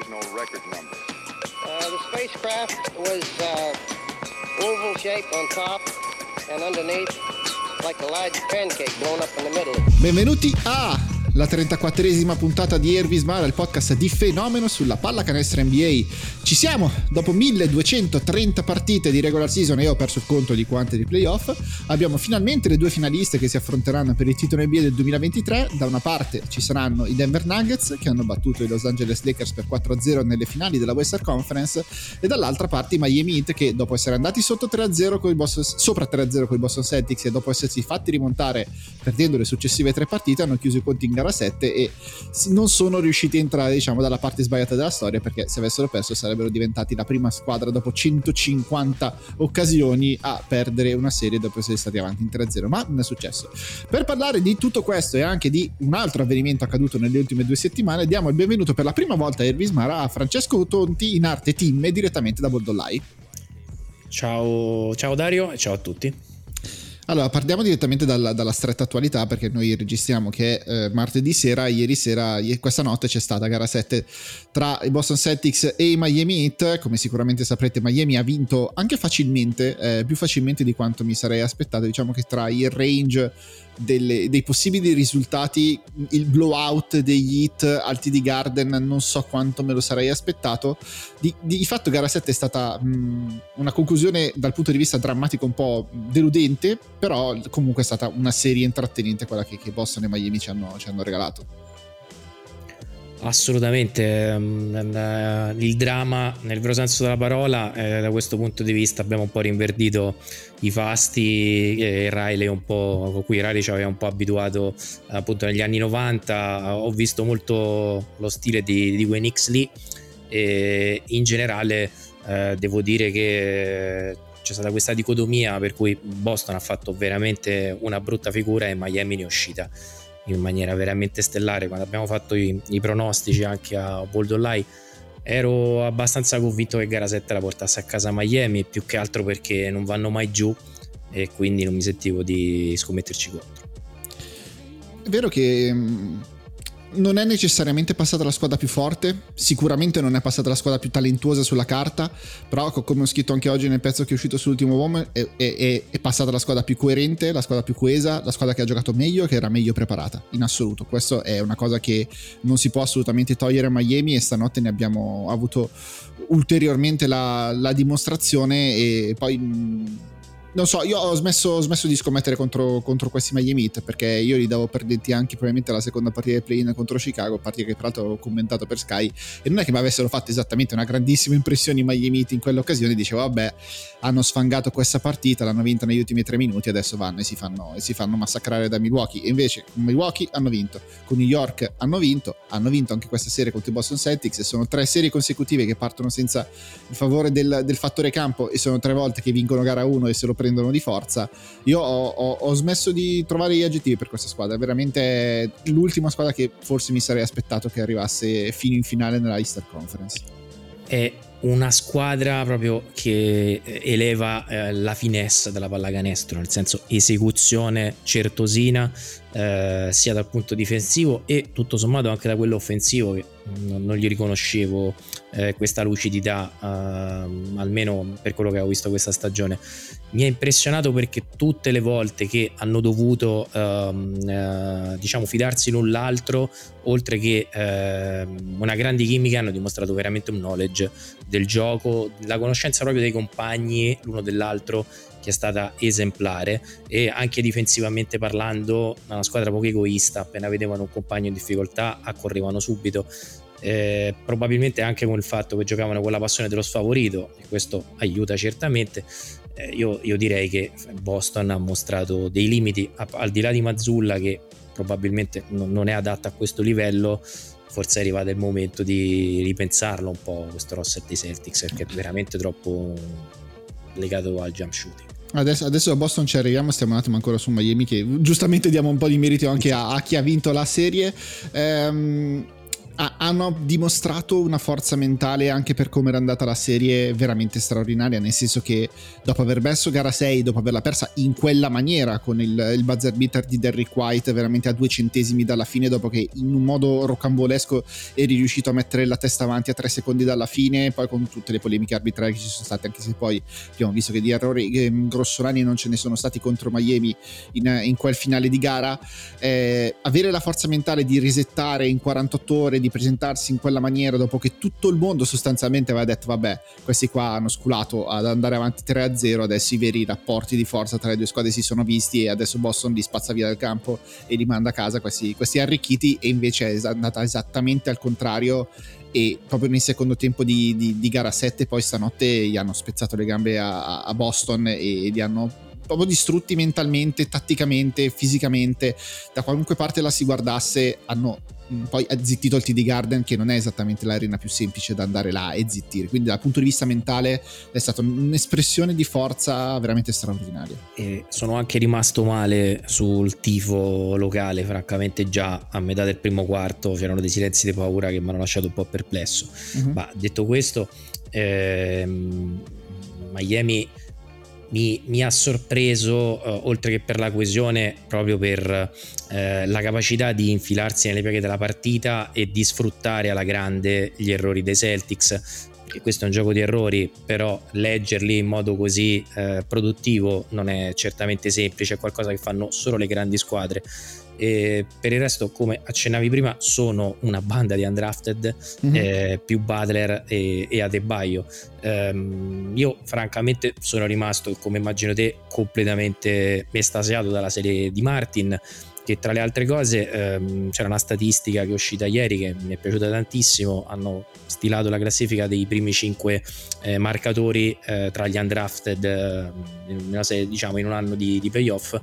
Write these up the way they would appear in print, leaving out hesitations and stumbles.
no record number. The spacecraft was oval shaped on top and underneath like a large pancake blown up in the middle. Benvenuti a la 34esima puntata di Irvis Mara, il podcast di fenomeno sulla pallacanestro NBA. Ci siamo, dopo 1230 partite di regular season e ho perso il conto di quante di playoff. Abbiamo finalmente le due finaliste che si affronteranno per il titolo NBA del 2023. Da una parte ci saranno i Denver Nuggets, che hanno battuto i Los Angeles Lakers per 4-0 nelle finali della Western Conference, e dall'altra parte i Miami Heat, che dopo essere andati sotto 3-0 con sopra 3-0 con i Boston Celtics e dopo essersi fatti rimontare perdendo le successive tre partite, hanno chiuso i conti in gara 7 e non sono riusciti a entrare, diciamo, dalla parte sbagliata della storia, perché se avessero perso sarebbero diventati la prima squadra dopo 150 occasioni a perdere una serie dopo essere stati avanti in 3-0, ma non è successo. Per parlare di tutto questo e anche di un altro avvenimento accaduto nelle ultime 2 settimane, diamo il benvenuto per la prima volta a Irvis Mara a Francesco Tonti, in arte team, direttamente da Boldolai. Ciao Dario e ciao a tutti. Allora, partiamo direttamente dalla stretta attualità, perché noi registriamo che martedì sera, questa notte c'è stata gara 7 tra i Boston Celtics e i Miami Heat. Come sicuramente saprete, Miami ha vinto anche facilmente, più facilmente di quanto mi sarei aspettato. Diciamo che tra il range dei possibili risultati, il blowout degli Heat al TD Garden non so quanto me lo sarei aspettato. Di fatto gara 7 è stata una conclusione dal punto di vista drammatico un po' deludente, però comunque è stata una serie intrattenente quella che Boston e Miami ci hanno regalato. Assolutamente, il dramma nel vero senso della parola. Da questo punto di vista abbiamo un po' rinverdito i fasti e Riley un po', con cui Riley ci aveva un po' abituato appunto negli anni 90. Ho visto molto lo stile di Wayne Lee e in generale devo dire che c'è stata questa dicotomia per cui Boston ha fatto veramente una brutta figura e Miami ne è uscita in maniera veramente stellare. Quando abbiamo fatto i pronostici anche a Boldolai ero abbastanza convinto che gara 7 la portasse a casa Miami, più che altro perché non vanno mai giù e quindi non mi sentivo di scommetterci contro. È vero che non è necessariamente passata la squadra più forte, sicuramente non è passata la squadra più talentuosa sulla carta, però come ho scritto anche oggi nel pezzo che è uscito sull'ultimo uomo, è passata la squadra più coerente, la squadra più coesa, la squadra che ha giocato meglio e che era meglio preparata in assoluto. Questo è una cosa che non si può assolutamente togliere a Miami e stanotte ne abbiamo avuto ulteriormente la dimostrazione. E poi non so, io ho smesso di scommettere contro questi Miami Heat, perché io li davo perdenti anche probabilmente la seconda partita del play-in contro Chicago, partita che peraltro ho commentato per Sky, e non è che mi avessero fatto esattamente una grandissima impressione i Miami Heat in quell'occasione. Dicevo vabbè, hanno sfangato questa partita, l'hanno vinta negli ultimi 3 minuti, adesso vanno e si fanno massacrare da Milwaukee. E invece con Milwaukee hanno vinto, con New York hanno vinto anche questa serie contro i Boston Celtics, e sono 3 serie consecutive che partono senza il favore del fattore campo, e sono 3 volte che vincono gara 1 e se lo prendono di forza. Io ho smesso di trovare gli aggettivi per questa squadra, è veramente l'ultima squadra che forse mi sarei aspettato che arrivasse fino in finale nella Eastern Conference. È una squadra proprio che eleva la finesse della pallacanestro, nel senso esecuzione certosina, sia dal punto difensivo e tutto sommato anche da quello offensivo, che non gli riconoscevo questa lucidità, almeno per quello che avevo visto questa stagione. Mi ha impressionato perché tutte le volte che hanno dovuto diciamo fidarsi l'un l'altro, oltre che una grande chimica, hanno dimostrato veramente un knowledge del gioco, la conoscenza proprio dei compagni l'uno dell'altro, che è stata esemplare. E anche difensivamente parlando, una squadra poco egoista, appena vedevano un compagno in difficoltà accorrevano subito, probabilmente anche con il fatto che giocavano con la passione dello sfavorito, e questo aiuta certamente. Io direi che Boston ha mostrato dei limiti, al di là di Mazzulla, che probabilmente non è adatta a questo livello. Forse è arrivato il momento di ripensarlo un po' questo roster dei Celtics, perché è veramente troppo legato al jump shooting. Adesso a Boston ci arriviamo, stiamo un attimo ancora su Miami, che giustamente diamo un po' di merito anche a chi ha vinto la serie. hanno dimostrato una forza mentale anche per come era andata la serie veramente straordinaria, nel senso che dopo aver perso gara 6, dopo averla persa in quella maniera con il buzzer beater di Derrick White veramente a 2 centesimi dalla fine, dopo che in un modo rocambolesco eri riuscito a mettere la testa avanti a 3 secondi dalla fine, poi con tutte le polemiche arbitrarie che ci sono state, anche se poi abbiamo visto che di errori grossolani non ce ne sono stati contro Miami in quel finale di gara, avere la forza mentale di resettare in 48 ore, di presentarsi in quella maniera dopo che tutto il mondo sostanzialmente aveva detto vabbè, questi qua hanno sculato ad andare avanti 3-0, adesso i veri rapporti di forza tra le due squadre si sono visti e adesso Boston li spazza via dal campo e li manda a casa questi arricchiti, e invece è andata esattamente al contrario, e proprio nel secondo tempo di gara 7 poi stanotte gli hanno spezzato le gambe a Boston e li hanno proprio distrutti mentalmente, tatticamente, fisicamente, da qualunque parte la si guardasse. Hanno poi zittito il TD Garden, che non è esattamente l'arena più semplice da andare là e zittire, quindi dal punto di vista mentale è stata un'espressione di forza veramente straordinaria. E sono anche rimasto male sul tifo locale, francamente già a metà del primo quarto c'erano dei silenzi di paura che mi hanno lasciato un po' perplesso. Ma detto questo, Miami mi ha sorpreso, oltre che per la coesione, proprio per la capacità di infilarsi nelle pieghe della partita e di sfruttare alla grande gli errori dei Celtics, perché questo è un gioco di errori, però leggerli in modo così produttivo non è certamente semplice, è qualcosa che fanno solo le grandi squadre. E per il resto, come accennavi prima, sono una banda di undrafted, più Butler e Adebayo. Io francamente sono rimasto, come immagino te, completamente estasiato dalla serie di Martin, che tra le altre cose c'era una statistica che è uscita ieri che mi è piaciuta tantissimo. Hanno stilato la classifica dei primi 5 marcatori tra gli undrafted diciamo in un anno di playoff,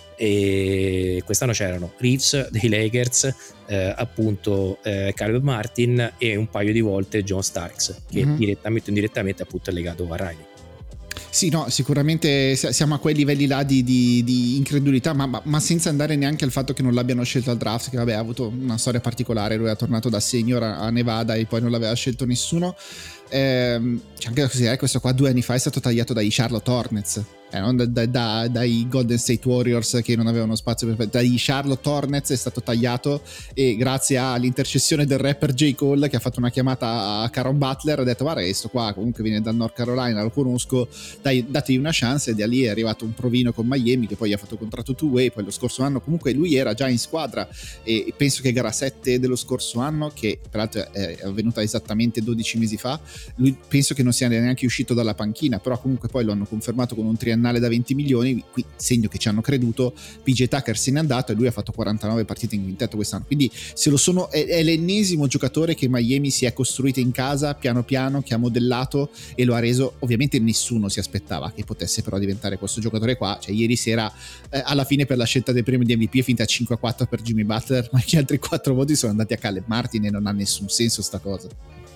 e quest'anno c'erano Reeves dei Lakers, appunto Caleb Martin, e un paio di volte John Starks, che direttamente o indirettamente appunto è legato a Riley. Sì, no, sicuramente siamo a quei livelli là di incredulità, ma senza andare neanche al fatto che non l'abbiano scelto al draft, che vabbè ha avuto una storia particolare. Lui è tornato da senior a Nevada e poi non l'aveva scelto nessuno. C'è anche da considerare, questo qua 2 anni fa è stato tagliato dai Charlotte Hornets, non dai Golden State Warriors che non avevano spazio dai Charlotte Hornets è stato tagliato, e grazie all'intercessione del rapper J. Cole, che ha fatto una chiamata a Caron Butler, ha detto guarda questo qua comunque viene dal North Carolina, lo conosco, dategli una chance, e da lì è arrivato un provino con Miami, che poi ha fatto contratto two-way. Poi lo scorso anno comunque lui era già in squadra, e penso che gara 7 dello scorso anno, che peraltro è avvenuta esattamente 12 mesi fa, lui penso che non sia neanche uscito dalla panchina, però comunque poi lo hanno confermato con un triennale da 20 milioni, qui segno che ci hanno creduto. PJ Tucker se n'è andato e lui ha fatto 49 partite in quintetto quest'anno, quindi è l'ennesimo giocatore che Miami si è costruito in casa piano piano, che ha modellato e lo ha reso. Ovviamente nessuno si aspettava che potesse però diventare questo giocatore qua, cioè ieri sera alla fine per la scelta del premio di MVP è finita 5-4 per Jimmy Butler, ma gli altri 4 voti sono andati a Caleb Martin, e non ha nessun senso sta cosa.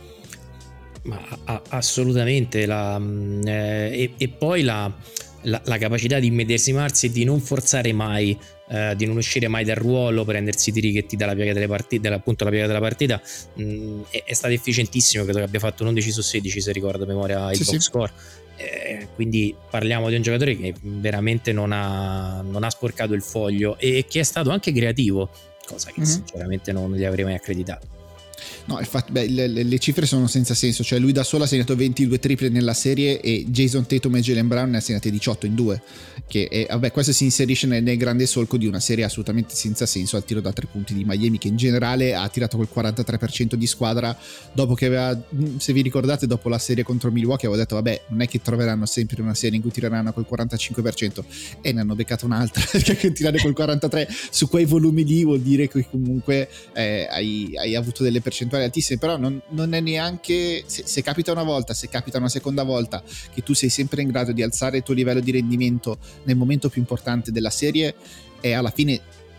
Ma assolutamente, e poi la capacità di immedesimarsi e di non forzare mai, di non uscire mai dal ruolo, prendersi i tiri che ti dà la piega delle partite, appunto la piega della partita, è stato efficientissimo. Credo che abbia fatto un 11 su 16 se ricordo a memoria il box score. Quindi parliamo di un giocatore che veramente non ha sporcato il foglio, e che è stato anche creativo, cosa che sinceramente non gli avrei mai accreditato. No, infatti, le cifre sono senza senso, cioè lui da solo ha segnato 22 triple nella serie, e Jason Tatum e Jaylen Brown ne ha segnati 18 in 2, che questo si inserisce nel grande solco di una serie assolutamente senza senso al tiro da 3 punti di Miami, che in generale ha tirato col 43% di squadra, dopo che aveva, se vi ricordate, dopo la serie contro Milwaukee avevo detto vabbè, non è che troveranno sempre una serie in cui tireranno col 45%, e ne hanno beccato un'altra, perché tirare col 43% su quei volumi lì vuol dire che comunque hai avuto delle percentuali altissime. Però non è neanche, se capita una volta, se capita una seconda volta, che tu sei sempre in grado di alzare il tuo livello di rendimento nel momento più importante della serie, e alla fine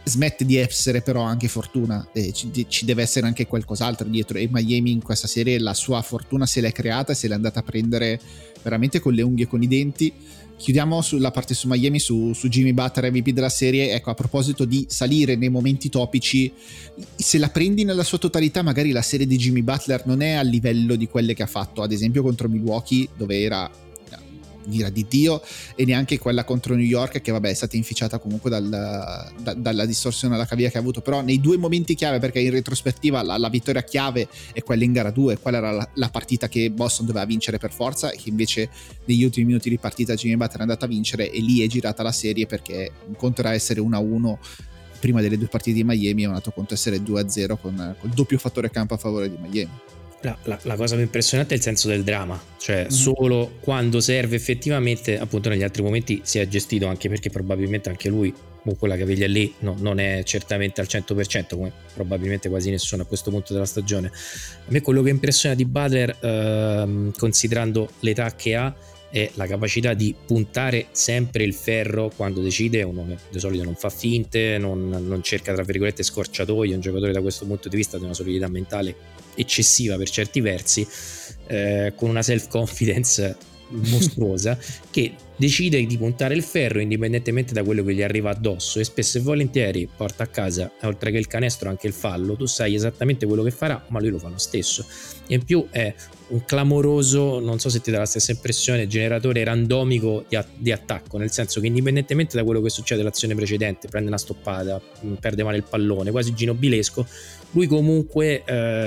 smette di essere però anche fortuna, ci deve essere anche qualcos'altro dietro, e Miami in questa serie la sua fortuna se l'è creata e se l'è andata a prendere veramente con le unghie e con i denti. Chiudiamo sulla parte su Miami, su Jimmy Butler, MVP della serie. Ecco, a proposito di salire nei momenti topici, se la prendi nella sua totalità, magari la serie di Jimmy Butler non è a livello di quelle che ha fatto ad esempio contro Milwaukee, dove era l'ira di Dio, e neanche quella contro New York, che vabbè è stata inficiata comunque dalla distorsione alla caviglia che ha avuto. Però nei due momenti chiave, perché in retrospettiva la vittoria chiave è quella in gara 2, quella era la partita che Boston doveva vincere per forza, e che invece negli ultimi minuti di partita Jimmy Butler è andata a vincere, e lì è girata la serie, perché un conto era essere 1-1 prima delle due partite di Miami, è un altro conto essere 2-0 con il doppio fattore campo a favore di Miami. La cosa più impressionante è il senso del dramma, cioè solo quando serve effettivamente. Appunto negli altri momenti si è gestito, anche perché probabilmente anche lui con quella caviglia lì non è certamente al 100%, come probabilmente quasi nessuno a questo punto della stagione. A me quello che impressiona di Butler, considerando l'età che ha, è la capacità di puntare sempre il ferro quando decide. Uno che di solito non fa finte, non cerca tra virgolette scorciatoie. È un giocatore da questo punto di vista di una solidità mentale eccessiva per certi versi, con una self confidence mostruosa, che decide di puntare il ferro indipendentemente da quello che gli arriva addosso, e spesso e volentieri porta a casa, oltre che il canestro, anche il fallo. Tu sai esattamente quello che farà, ma lui lo fa lo stesso. E in più è un clamoroso, non so se ti dà la stessa impressione, generatore randomico di attacco, nel senso che indipendentemente da quello che succede all'azione precedente, prende una stoppata, perde male il pallone, quasi ginobilesco, lui comunque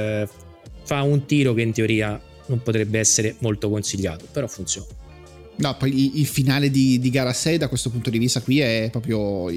fa un tiro che in teoria non potrebbe essere molto consigliato, però funziona. No, poi il finale di gara 6 da questo punto di vista qui è proprio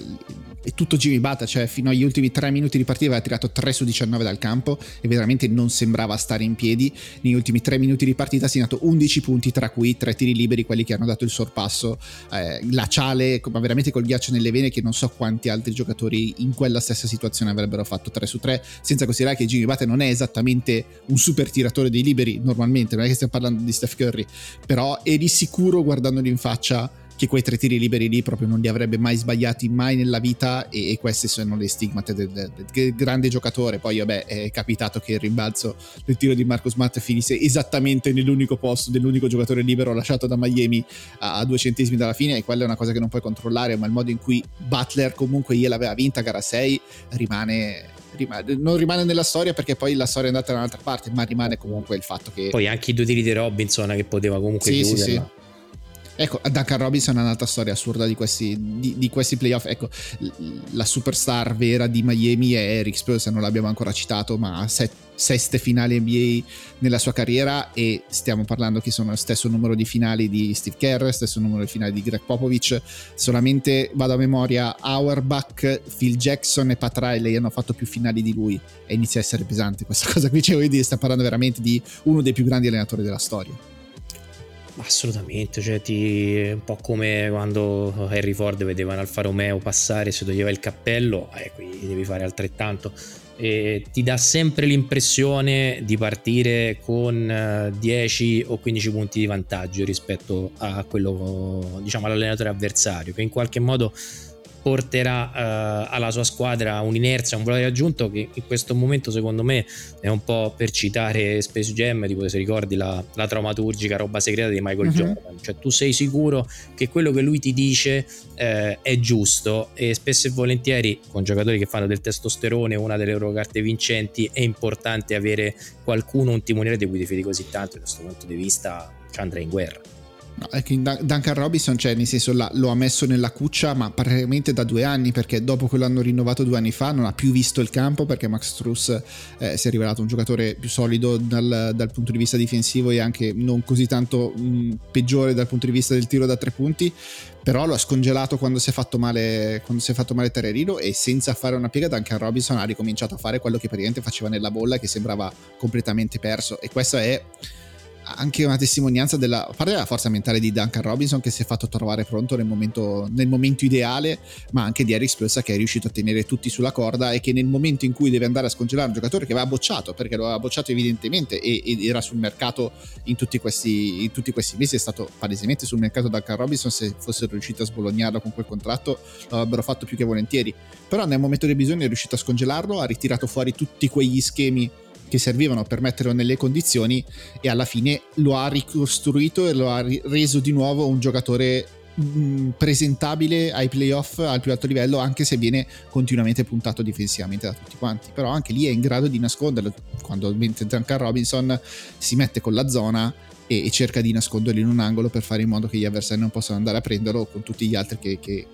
è tutto Jimmy Butler, cioè fino agli ultimi 3 minuti di partita aveva tirato 3 su 19 dal campo e veramente non sembrava stare in piedi. Negli ultimi 3 minuti di partita ha segnato 11 punti, tra cui 3 tiri liberi, quelli che hanno dato il sorpasso glaciale, ma veramente col ghiaccio nelle vene, che non so quanti altri giocatori in quella stessa situazione avrebbero fatto 3 su 3, senza considerare che Jimmy Butler non è esattamente un super tiratore dei liberi normalmente, non è che stiamo parlando di Steph Curry, però eri sicuro guardandoli in faccia che quei 3 tiri liberi lì proprio non li avrebbe mai sbagliati mai nella vita, e queste sono le stigmate del grande giocatore. Poi vabbè, è capitato che il rimbalzo del tiro di Marcus Smart finisse esattamente nell'unico posto dell'unico giocatore libero lasciato da Miami a 2 centesimi dalla fine, e quella è una cosa che non puoi controllare, ma il modo in cui Butler comunque gliel'aveva vinta gara 6 non rimane nella storia, perché poi la storia è andata da un'altra parte, ma rimane comunque il fatto che poi anche i 2 tiri di Robinson che poteva comunque chiuderla. Sì. Ecco, Duncan Robinson è un'altra storia assurda di questi playoff. Ecco, la superstar vera di Miami è Eric Spoelstra, non l'abbiamo ancora citato, ma ha 7 finali NBA nella sua carriera, e stiamo parlando che sono lo stesso numero di finali di Steve Kerr, stesso numero di finali di Greg Popovich. Solamente, vado a memoria, Auerbach, Phil Jackson e Pat Riley hanno fatto più finali di lui, e inizia a essere pesante questa cosa qui, cioè stiamo parlando veramente di uno dei più grandi allenatori della storia. Assolutamente, cioè un po' come quando Henry Ford vedeva un Alfa Romeo passare, si toglieva il cappello, qui devi fare altrettanto. E ti dà sempre l'impressione di partire con 10 o 15 punti di vantaggio rispetto a quello, diciamo, all'allenatore avversario, che in qualche modo porterà alla sua squadra un'inerzia, un valore aggiunto che in questo momento secondo me è un po', per citare Space Jam, tipo se ricordi la traumaturgica roba segreta di Michael Jordan, cioè tu sei sicuro che quello che lui ti dice è giusto, e spesso e volentieri con giocatori che fanno del testosterone una delle loro carte vincenti è importante avere qualcuno, un timoniere di cui ti fidi così tanto. Da questo punto di vista ci andrà in guerra. No, è che Duncan Robinson, cioè nel senso lo ha messo nella cuccia, ma praticamente da 2 anni, perché dopo che l'hanno rinnovato 2 anni fa non ha più visto il campo, perché Max Strus si è rivelato un giocatore più solido dal punto di vista difensivo, e anche non così tanto peggiore dal punto di vista del tiro da 3 punti, però lo ha scongelato quando si è fatto male Terrerino, e senza fare una piega Duncan Robinson ha ricominciato a fare quello che praticamente faceva nella bolla, che sembrava completamente perso. E questo è anche una testimonianza a parte della forza mentale di Duncan Robinson, che si è fatto trovare pronto nel momento ideale, ma anche di Eric Spoelstra, che è riuscito a tenere tutti sulla corda, e che nel momento in cui deve andare a scongelare un giocatore che aveva bocciato, perché lo aveva bocciato evidentemente ed era sul mercato in tutti questi mesi, è stato palesemente sul mercato Duncan Robinson. Se fossero riusciti a sbolognarlo con quel contratto lo avrebbero fatto più che volentieri, però nel momento del bisogno è riuscito a scongelarlo, ha ritirato fuori tutti quegli schemi che servivano per metterlo nelle condizioni, e alla fine lo ha ricostruito e lo ha reso di nuovo un giocatore presentabile ai playoff al più alto livello, anche se viene continuamente puntato difensivamente da tutti quanti. Però anche lì è in grado di nasconderlo, quando Duncan Robinson si mette con la zona e cerca di nasconderlo in un angolo per fare in modo che gli avversari non possano andare a prenderlo, con tutti gli altri che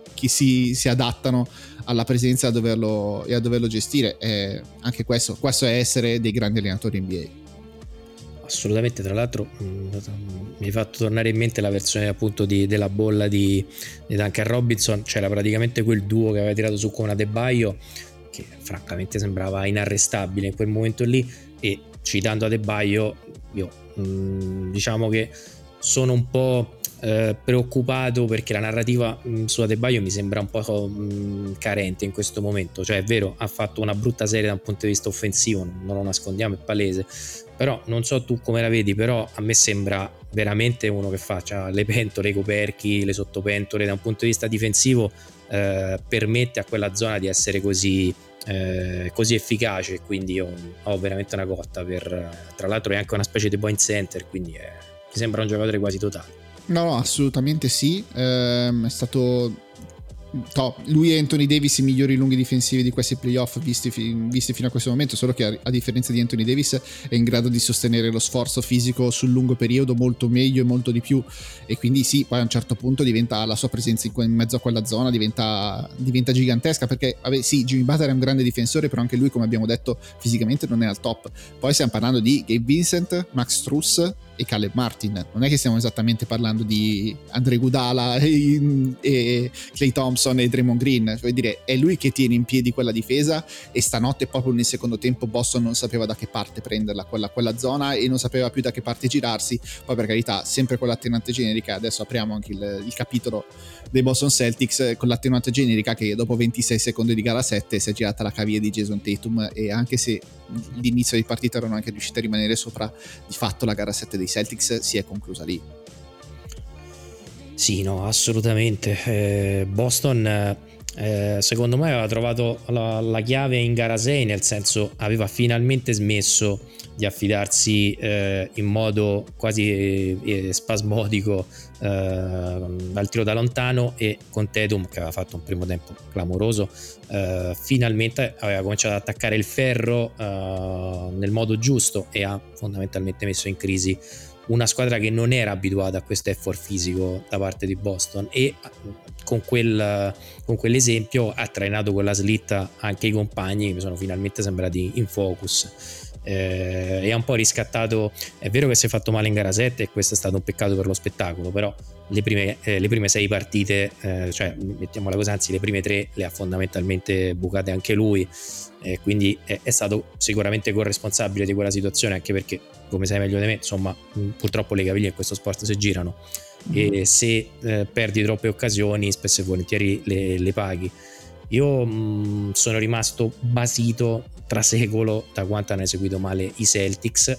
si adattano alla presenza e a doverlo gestire. Anche questo è essere dei grandi allenatori NBA. Assolutamente. Tra l'altro mi hai fatto tornare in mente la versione appunto della bolla di Duncan Robinson. C'era praticamente quel duo che aveva tirato su con Adebayo, che francamente sembrava inarrestabile in quel momento lì, e citando Adebayo io diciamo che sono un po' preoccupato, perché la narrativa su Adebayo mi sembra un po' carente in questo momento. Cioè è vero, ha fatto una brutta serie da un punto di vista offensivo, non lo nascondiamo, è palese, però non so tu come la vedi, però a me sembra veramente uno che faccia le pentole, i coperchi, le sottopentole. Da un punto di vista difensivo permette a quella zona di essere così efficace, quindi io ho veramente una cotta tra l'altro è anche una specie di point center, quindi mi sembra un giocatore quasi totale. No, assolutamente sì, è stato lui e Anthony Davis i migliori lunghi difensivi di questi playoff visti fino a questo momento, solo che a differenza di Anthony Davis è in grado di sostenere lo sforzo fisico sul lungo periodo molto meglio e molto di più, e quindi sì, poi a un certo punto la sua presenza in mezzo a quella zona diventa gigantesca, perché sì, Jimmy Butler è un grande difensore, però anche lui, come abbiamo detto, fisicamente non è al top. Poi stiamo parlando di Gabe Vincent, Max Strus e Caleb Martin, non è che stiamo esattamente parlando di Andre Iguodala e Klay Thompson e Draymond Green. Vuol dire, è lui che tiene in piedi quella difesa, e stanotte proprio nel secondo tempo Boston non sapeva da che parte prenderla quella zona, e non sapeva più da che parte girarsi. Poi, per carità, sempre con l'attenuante generica, adesso apriamo anche il capitolo dei Boston Celtics, con l'attenuante generica che dopo 26 secondi di gara 7 si è girata la caviglia di Jason Tatum, e anche se l'inizio di partita erano anche riusciti a rimanere sopra, di fatto la gara 7 dei Celtics si è conclusa lì. Sì, no, assolutamente. Boston secondo me aveva trovato la chiave in gara 6, nel senso aveva finalmente smesso di affidarsi in modo quasi spasmodico al tiro da lontano, e con Tatum, che aveva fatto un primo tempo clamoroso, finalmente aveva cominciato ad attaccare il ferro nel modo giusto, e ha fondamentalmente messo in crisi una squadra che non era abituata a questo effort fisico da parte di Boston, e con quell'esempio ha trainato quella slitta anche i compagni, che mi sono finalmente sembrati in focus, e ha un po' riscattato. È vero che si è fatto male in gara 7 e questo è stato un peccato per lo spettacolo, però le prime 6 partite, cioè mettiamola così, anzi le prime 3 le ha fondamentalmente bucate anche lui, quindi è stato sicuramente corresponsabile di quella situazione, anche perché, come sai meglio di me, insomma, purtroppo le caviglie in questo sport si girano, e se perdi troppe occasioni spesso e volentieri le paghi. Io sono rimasto basito, trasecolo, da quanto hanno eseguito male i Celtics.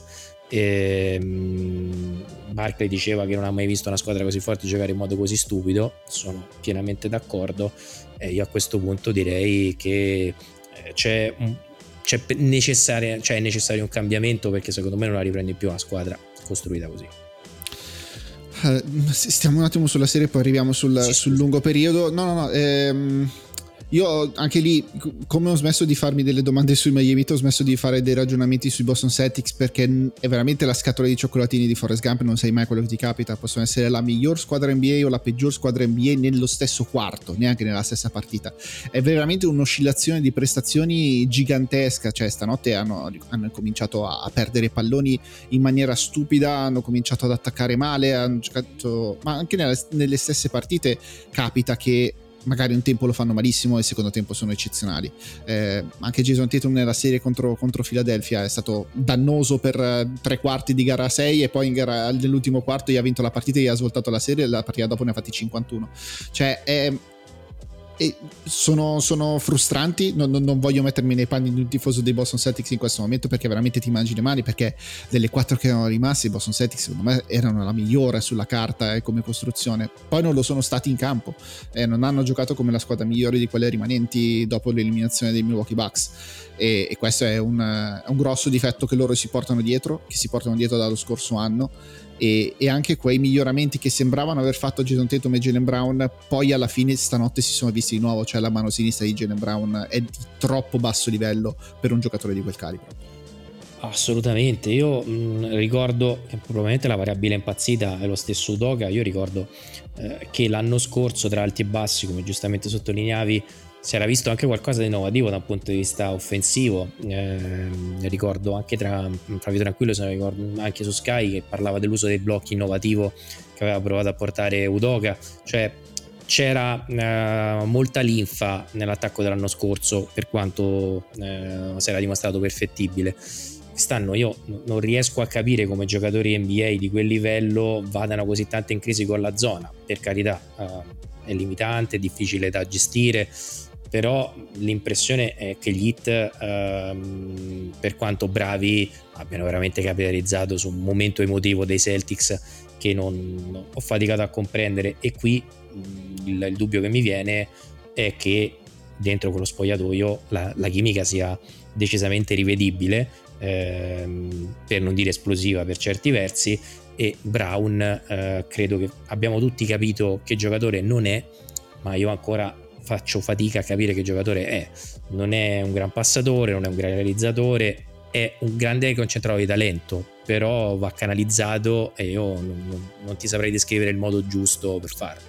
Barclay diceva che non ha mai visto una squadra così forte giocare in modo così stupido, sono pienamente d'accordo, e io a questo punto direi che è necessario un cambiamento, perché secondo me non la riprendi più una squadra costruita così. Stiamo un attimo sulla serie, poi arriviamo sul lungo periodo. No, io anche lì, come ho smesso di farmi delle domande sui Miami Heat, ho smesso di fare dei ragionamenti sui Boston Celtics, perché è veramente la scatola di cioccolatini di Forrest Gump, non sai mai quello che ti capita. Possono essere la miglior squadra NBA o la peggior squadra NBA nello stesso quarto, neanche nella stessa partita. È veramente un'oscillazione di prestazioni gigantesca. Cioè stanotte hanno cominciato a perdere palloni in maniera stupida, hanno cominciato ad attaccare male, hanno giocato, ma anche nelle stesse partite capita che magari un tempo lo fanno malissimo e il secondo tempo sono eccezionali. Anche Jason Tatum nella serie contro Philadelphia è stato dannoso per 3/4 di gara 6 e poi nell'ultimo quarto gli ha vinto la partita e gli ha svoltato la serie, e la partita dopo ne ha fatti 51. Cioè e sono frustranti. Non voglio mettermi nei panni di un tifoso dei Boston Celtics in questo momento, perché veramente ti mangi le mani, perché delle 4 che erano rimaste i Boston Celtics secondo me erano la migliore sulla carta e come costruzione. Poi non lo sono stati in campo, non hanno giocato come la squadra migliore di quelle rimanenti dopo l'eliminazione dei Milwaukee Bucks, e questo è un grosso difetto che loro si portano dietro dallo scorso anno. E anche quei miglioramenti che sembravano aver fatto Jason Tatum e Jaylen Brown poi alla fine stanotte si sono visti di nuovo, cioè la mano sinistra di Jaylen Brown è di troppo basso livello per un giocatore di quel calibro. Assolutamente, io ricordo che probabilmente la variabile impazzita è lo stesso Udoka. Io ricordo che l'anno scorso tra alti e bassi, come giustamente sottolineavi, si era visto anche qualcosa di innovativo da un punto di vista offensivo. Ricordo anche tra Flavio Tranquillo, se non ricordo, anche su Sky, che parlava dell'uso dei blocchi innovativo che aveva provato a portare Udoka. Cioè c'era molta linfa nell'attacco dell'anno scorso, per quanto si era dimostrato perfettibile. Quest'anno io non riesco a capire come giocatori NBA di quel livello vadano così tanto in crisi con la zona. Per carità, è limitante, è difficile da gestire, però l'impressione è che gli Heat, per quanto bravi, abbiano veramente capitalizzato su un momento emotivo dei Celtics che non ho faticato a comprendere. E qui il dubbio che mi viene è che dentro quello spogliatoio la chimica sia decisamente rivedibile, per non dire esplosiva per certi versi, e Brown credo che abbiamo tutti capito che giocatore non è, ma io ancora faccio fatica a capire che giocatore è. Non è un gran passatore, non è un gran realizzatore, è un grande concentrato di talento, però va canalizzato e io non ti saprei descrivere il modo giusto per farlo.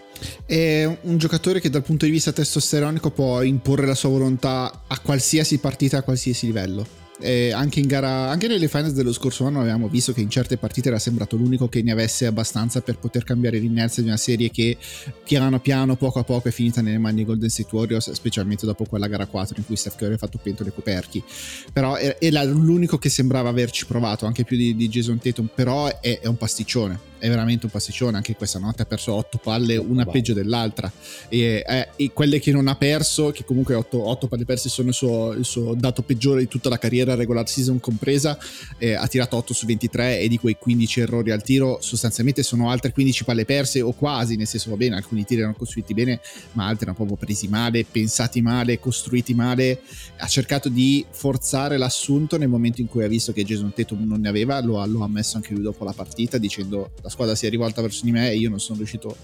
È un giocatore che dal punto di vista testosteronico può imporre la sua volontà a qualsiasi partita, a qualsiasi livello. Anche in gara, anche nelle finals dello scorso anno avevamo visto che in certe partite era sembrato l'unico che ne avesse abbastanza per poter cambiare l'inerzia di una serie che piano piano, poco a poco, è finita nelle mani dei Golden State Warriors, specialmente dopo quella gara 4 in cui Steph Curry ha fatto pentole coperchi. Però era l'unico che sembrava averci provato, anche più di Jason Tatum. Però è un pasticcione, è veramente un pasticcione. Anche questa notte ha perso 8 palle, una peggio dell'altra, e quelle che non ha perso, che comunque 8 palle perse sono il suo dato peggiore di tutta la carriera regular season compresa, ha tirato 8 su 23, e di quei 15 errori al tiro sostanzialmente sono altre 15 palle perse, o quasi, nel senso, va bene, alcuni tiri erano costruiti bene ma altri erano proprio presi male, pensati male, costruiti male. Ha cercato di forzare l'assunto nel momento in cui ha visto che Jason Tatum non ne aveva, lo ha ammesso anche lui dopo la partita, dicendo: la squadra si è rivolta verso di me e io non sono riuscito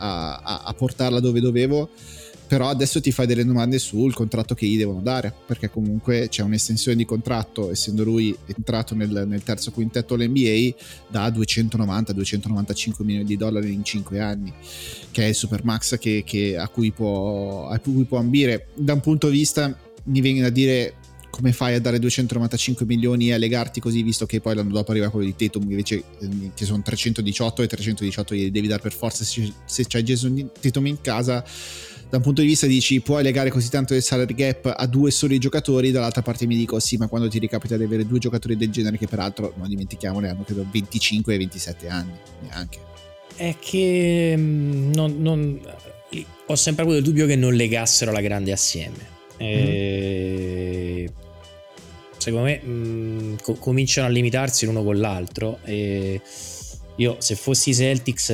a portarla dove dovevo. Però adesso ti fai delle domande sul contratto che gli devono dare, perché comunque c'è un'estensione di contratto, essendo lui entrato nel terzo quintetto all'NBA, da 290-295 milioni di dollari in 5 anni, che è il supermax a cui può ambire. Da un punto di vista, mi viene da dire: come fai a dare 295 milioni e a legarti così, visto che poi l'anno dopo arriva quello di Tatum invece, che sono 318, e 318 gli devi dare per forza se c'hai Jason Tatum in casa. Da un punto di vista dici: puoi legare così tanto del salary gap a 2 soli giocatori. Dall'altra parte mi dico: sì, ma quando ti ricapita di avere 2 giocatori del genere, che peraltro, non dimentichiamole, hanno credo 25 e 27 anni neanche, è che ho sempre avuto il dubbio che non legassero la grande assieme. Secondo me cominciano a limitarsi l'uno con l'altro, e io, se fossi i Celtics,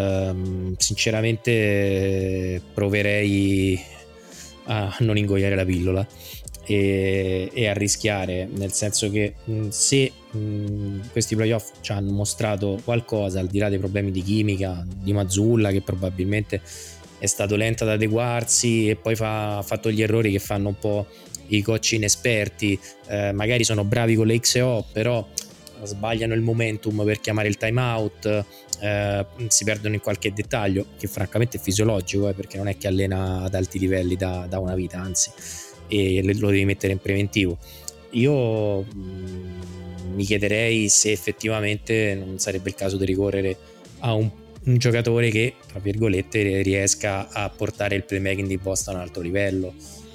sinceramente proverei a non ingoiare la pillola e a rischiare, nel senso che se questi playoff ci hanno mostrato qualcosa, al di là dei problemi di chimica di Mazzulla, che probabilmente è stato lento ad adeguarsi e poi ha fatto gli errori che fanno un po' i coach inesperti, magari sono bravi con le XO, però sbagliano il momentum per chiamare il timeout, si perdono in qualche dettaglio che francamente è fisiologico, perché non è che allena ad alti livelli da una vita, anzi, e lo devi mettere in preventivo. Io mi chiederei se effettivamente non sarebbe il caso di ricorrere a un un giocatore che, tra virgolette, riesca a portare il playmaking di Boston a un alto livello.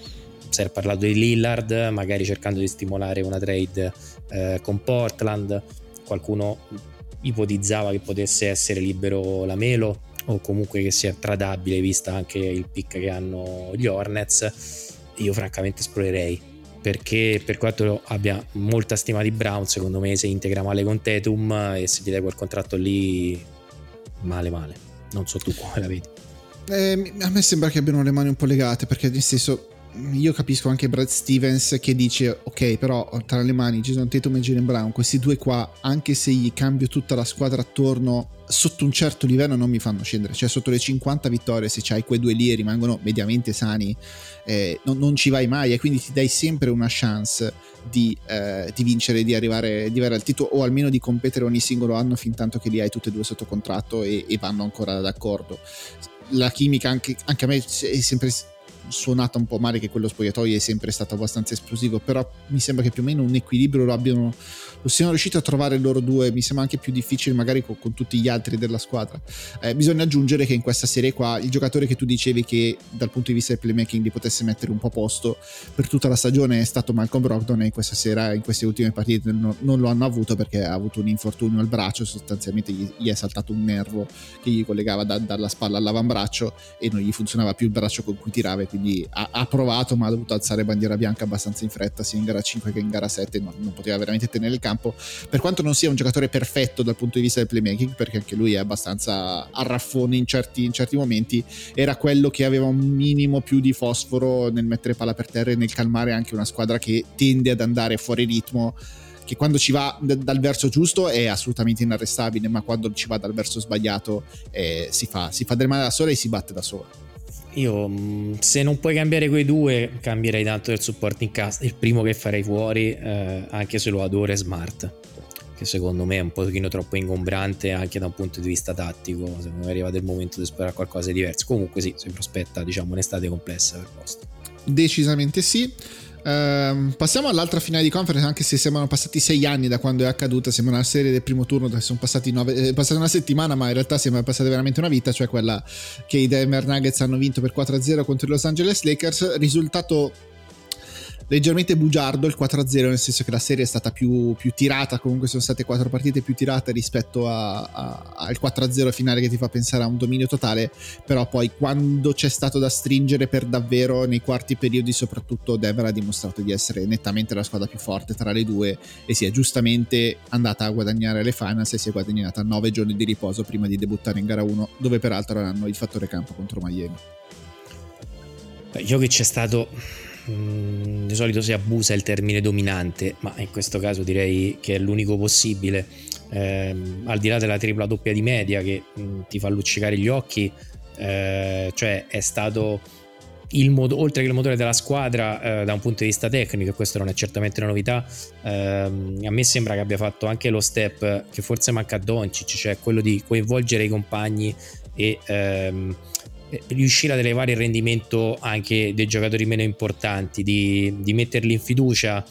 Si è parlato di Lillard, magari cercando di stimolare una trade con Portland. Qualcuno ipotizzava che potesse essere libero Lamelo, o comunque che sia tradabile vista anche il pick che hanno gli Hornets. Io francamente esplorerei, perché per quanto abbia molta stima di Brown, secondo me se integra male con Tatum e se gli dai quel contratto lì, male. Non so tu come la vedi. A me sembra che abbiano le mani un po' legate, perché nel senso, io capisco anche Brad Stevens che dice ok, però tra le mani Jason Tatum e Jaylen Brown, questi due qua, anche se gli cambio tutta la squadra attorno, sotto un certo livello non mi fanno scendere, cioè sotto le 50 vittorie se c'hai quei due lì e rimangono mediamente sani, non ci vai mai, e quindi ti dai sempre una chance di vincere, di arrivare al titolo, o almeno di competere ogni singolo anno fin tanto che li hai tutti e due sotto contratto e vanno ancora d'accordo. La chimica anche a me è sempre suonata un po' male, che quello spogliatoio è sempre stato abbastanza esplosivo, però mi sembra che più o meno un equilibrio lo siano riusciti a trovare loro due. Mi sembra anche più difficile magari con tutti gli altri della squadra. Bisogna aggiungere che in questa serie qua il giocatore che tu dicevi che dal punto di vista del playmaking li potesse mettere un po' a posto per tutta la stagione è stato Malcolm Brogdon, e questa sera, in queste ultime partite, non lo hanno avuto perché ha avuto un infortunio al braccio, sostanzialmente gli è saltato un nervo che gli collegava dalla spalla all'avambraccio e non gli funzionava più il braccio con cui tirava, quindi ha provato, ma ha dovuto alzare bandiera bianca abbastanza in fretta sia in gara 5 che in gara 7, non poteva veramente tenere il campo, per quanto non sia un giocatore perfetto dal punto di vista del playmaking, perché anche lui è abbastanza arraffone in certi momenti. Era quello che aveva un minimo più di fosforo nel mettere palla per terra e nel calmare anche una squadra che tende ad andare fuori ritmo, che quando ci va dal verso giusto è assolutamente inarrestabile, ma quando ci va dal verso sbagliato si fa del male da sola e si batte da sola. Io, se non puoi cambiare quei due, cambierei tanto del supporting cast. Il primo che farei fuori, anche se lo adoro, è Smart, che secondo me è un pochino troppo ingombrante anche da un punto di vista tattico. Secondo me è arrivato il momento di esplorare qualcosa di diverso. Comunque sì, si prospetta, diciamo, un'estate complessa per Boston. Decisamente sì. Passiamo all'altra finale di conference, anche se sembrano passati 6 anni da quando è accaduta. Sembra una serie del primo turno dove sono passati passata una settimana, ma in realtà sembra passata veramente una vita, cioè quella che i Denver Nuggets hanno vinto per 4-0 contro i Los Angeles Lakers. Risultato leggermente bugiardo il 4-0, nel senso che la serie è stata più tirata, comunque sono state 4 partite più tirate rispetto al 4-0 finale che ti fa pensare a un dominio totale, però poi quando c'è stato da stringere per davvero nei quarti periodi soprattutto, Denver ha dimostrato di essere nettamente la squadra più forte tra le due e si è giustamente andata a guadagnare le finals e si è guadagnata 9 giorni di riposo prima di debuttare in gara 1, dove peraltro hanno il fattore campo contro Miami. Jokic è stato, di solito si abusa il termine dominante, ma in questo caso direi che è l'unico possibile, al di là della tripla doppia di media che ti fa luccicare gli occhi, cioè è stato oltre che il motore della squadra, da un punto di vista tecnico, e questo non è certamente una novità. A me sembra che abbia fatto anche lo step che forse manca a Doncic, cioè quello di coinvolgere i compagni e riuscire ad elevare il rendimento anche dei giocatori meno importanti, di metterli in fiducia,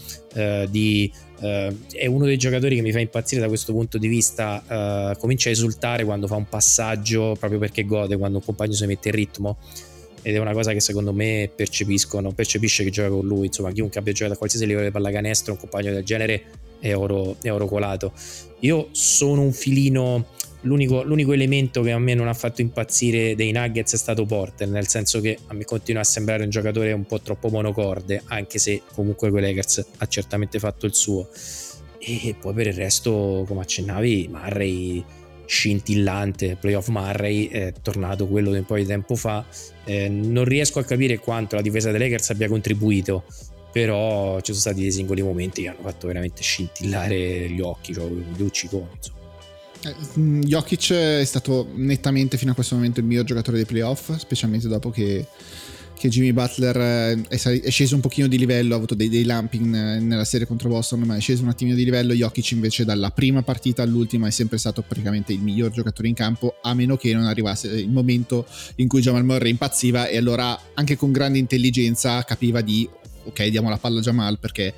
è uno dei giocatori che mi fa impazzire da questo punto di vista. Comincia a esultare quando fa un passaggio, proprio perché gode quando un compagno si mette in ritmo, ed è una cosa che secondo me percepisce chi gioca con lui. Insomma, chiunque abbia giocato a qualsiasi livello di pallacanestro, un compagno del genere è oro colato. Io sono un filino, l'unico elemento che a me non ha fatto impazzire dei Nuggets è stato Porter, nel senso che a me continua a sembrare un giocatore un po' troppo monocorde, anche se comunque quei Lakers ha certamente fatto il suo. E poi per il resto, come accennavi, Murray scintillante, playoff Murray, è tornato quello di un po' di tempo fa. Non riesco a capire quanto la difesa dei Lakers abbia contribuito, però ci sono stati dei singoli momenti che hanno fatto veramente scintillare gli occhi, cioè dei lucciconi, insomma. Jokic è stato nettamente fino a questo momento il miglior giocatore dei playoff, specialmente dopo che Jimmy Butler è sceso un pochino di livello, ha avuto dei lampi nella serie contro Boston, ma è sceso un attimino di livello. Jokic invece dalla prima partita all'ultima è sempre stato praticamente il miglior giocatore in campo, a meno che non arrivasse il momento in cui Jamal Murray impazziva, e allora anche con grande intelligenza capiva di ok, diamo la palla a Jamal perché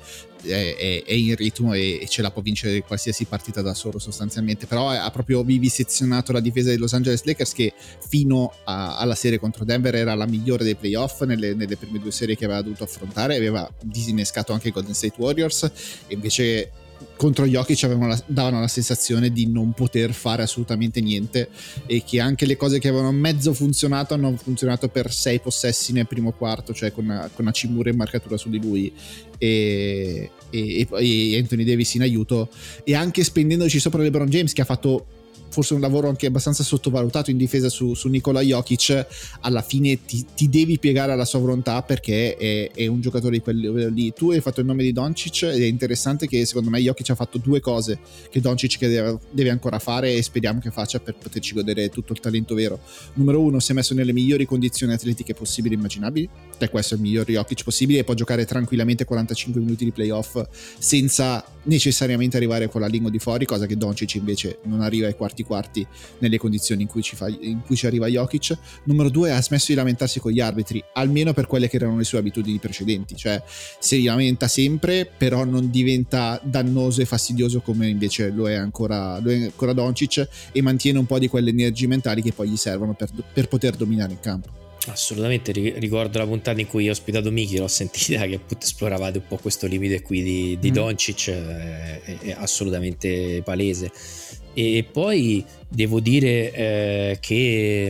è in ritmo e ce la può vincere qualsiasi partita da solo sostanzialmente, però ha proprio vivisezionato la difesa dei Los Angeles Lakers, che fino alla serie contro Denver era la migliore dei playoff nelle prime due serie che aveva dovuto affrontare, aveva disinnescato anche i Golden State Warriors, e invece contro Jokic davano la sensazione di non poter fare assolutamente niente, e che anche le cose che avevano mezzo funzionato hanno funzionato per 6 possessi nel primo quarto, cioè con Hachimura in marcatura su di lui e Anthony Davis in aiuto, e anche spendendoci sopra LeBron James, che ha fatto forse un lavoro anche abbastanza sottovalutato in difesa su Nikola Jokic. Alla fine ti devi piegare alla sua volontà, perché è un giocatore di quel livello lì. Tu hai fatto il nome di Doncic, ed è interessante che secondo me Jokic ha fatto due cose che Doncic deve ancora fare, e speriamo che faccia per poterci godere tutto il talento vero. Numero uno, si è messo nelle migliori condizioni atletiche possibili e immaginabili, per questo è il miglior Jokic possibile, e può giocare tranquillamente 45 minuti di playoff senza necessariamente arrivare con la lingua di fuori, cosa che Doncic invece non arriva ai quarti nelle condizioni in cui ci arriva Jokic. Numero due, ha smesso di lamentarsi con gli arbitri, almeno per quelle che erano le sue abitudini precedenti, cioè si lamenta sempre, però non diventa dannoso e fastidioso come invece lo è ancora Doncic, e mantiene un po' di quelle energie mentali che poi gli servono per poter dominare il campo. Assolutamente, ricordo la puntata in cui ho ospitato Miki, l'ho sentita, che appunto esploravate un po' questo limite qui di Doncic, è assolutamente palese. E poi devo dire che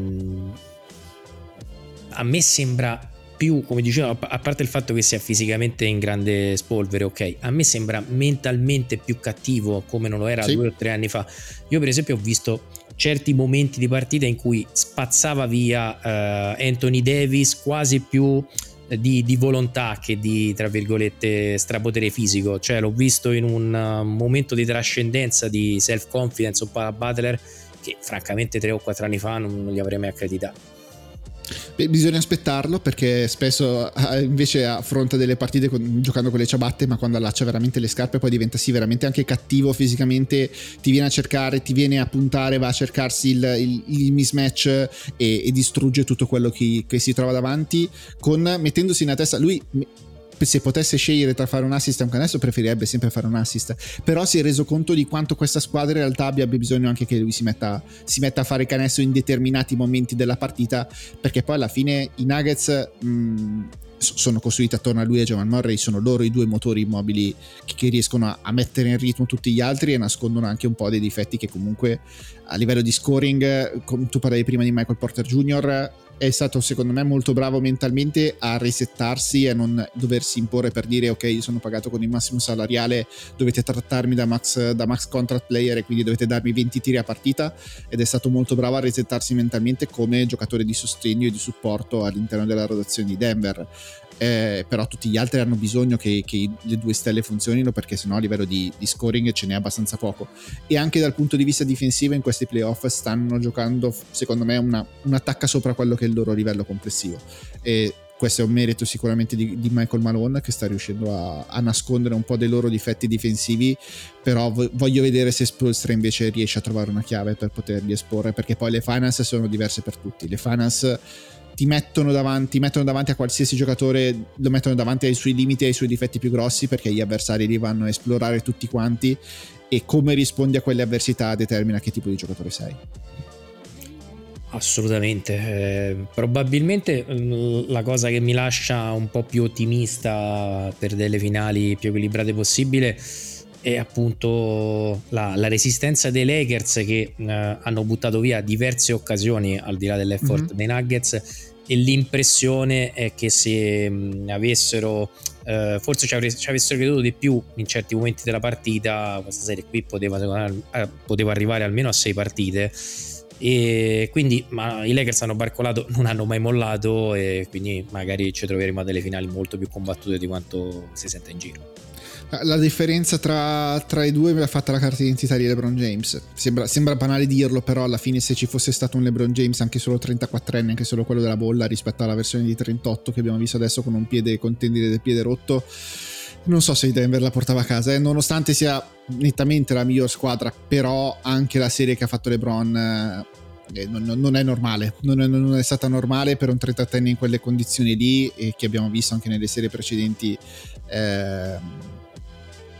a me sembra più, come dicevo, a parte il fatto che sia fisicamente in grande spolvere, ok, a me sembra mentalmente più cattivo, come non lo era 2 o 3 anni fa. Io per esempio ho visto certi momenti di partita in cui spazzava via Anthony Davis quasi più di volontà che di, tra virgolette, strapotere fisico, cioè l'ho visto in un momento di trascendenza, di self confidence un po' a Butler, che francamente 3 o 4 anni fa non gli avrei mai accreditato. Beh, bisogna aspettarlo, perché spesso invece affronta delle partite giocando con le ciabatte, ma quando allaccia veramente le scarpe poi diventa veramente anche cattivo fisicamente, ti viene a cercare, ti viene a puntare, va a cercarsi il mismatch e distrugge tutto quello che si trova davanti, mettendosi nella testa. Lui, se potesse scegliere tra fare un assist e un canestro, preferirebbe sempre fare un assist, però si è reso conto di quanto questa squadra in realtà abbia bisogno anche che lui si metta a fare canestro in determinati momenti della partita, perché poi alla fine i Nuggets sono costruiti attorno a lui e Jamal Murray, sono loro i due motori immobili che riescono a mettere in ritmo tutti gli altri, e nascondono anche un po' dei difetti che comunque a livello di scoring, tu parlavi prima di Michael Porter Jr., è stato secondo me molto bravo mentalmente a resettarsi e a non doversi imporre per dire ok, io sono pagato con il massimo salariale, dovete trattarmi da max contract player e quindi dovete darmi 20 tiri a partita, ed è stato molto bravo a resettarsi mentalmente come giocatore di sostegno e di supporto all'interno della rotazione di Denver. Però tutti gli altri hanno bisogno che le due stelle funzionino, perché sennò a livello di scoring ce n'è abbastanza poco, e anche dal punto di vista difensivo in questi playoff stanno giocando secondo me una tacca sopra quello che è il loro livello complessivo, e questo è un merito sicuramente di Michael Malone, che sta riuscendo a nascondere un po' dei loro difetti difensivi, però voglio vedere se Spoelstra invece riesce a trovare una chiave per poterli esporre, perché poi le finals sono diverse per tutti. Le finals ti mettono davanti a qualsiasi giocatore, lo mettono davanti ai suoi limiti e ai suoi difetti più grossi, perché gli avversari li vanno a esplorare tutti quanti, e come rispondi a quelle avversità determina che tipo di giocatore sei. Assolutamente, probabilmente la cosa che mi lascia un po' più ottimista per delle finali più equilibrate possibile è appunto la resistenza dei Lakers, che hanno buttato via diverse occasioni al di là dell'effort dei Nuggets, e l'impressione è che se avessero forse ci avessero creduto di più in certi momenti della partita, questa serie qui poteva arrivare almeno a 6 partite, e quindi i Lakers hanno barcolato, non hanno mai mollato, e quindi magari ci troveremo a delle finali molto più combattute di quanto si sente in giro. La differenza tra i due mi ha fatta la carta d'identità di LeBron James. Sembra banale dirlo, però alla fine se ci fosse stato un LeBron James anche solo 34enne, anche solo quello della bolla, rispetto alla versione di 38 che abbiamo visto adesso con un piede, con tendine del piede rotto, non so se i Denver la portava a casa, nonostante sia nettamente la miglior squadra, però anche la serie che ha fatto LeBron non è normale, non è stata normale per un 38enne in quelle condizioni lì, e che abbiamo visto anche nelle serie precedenti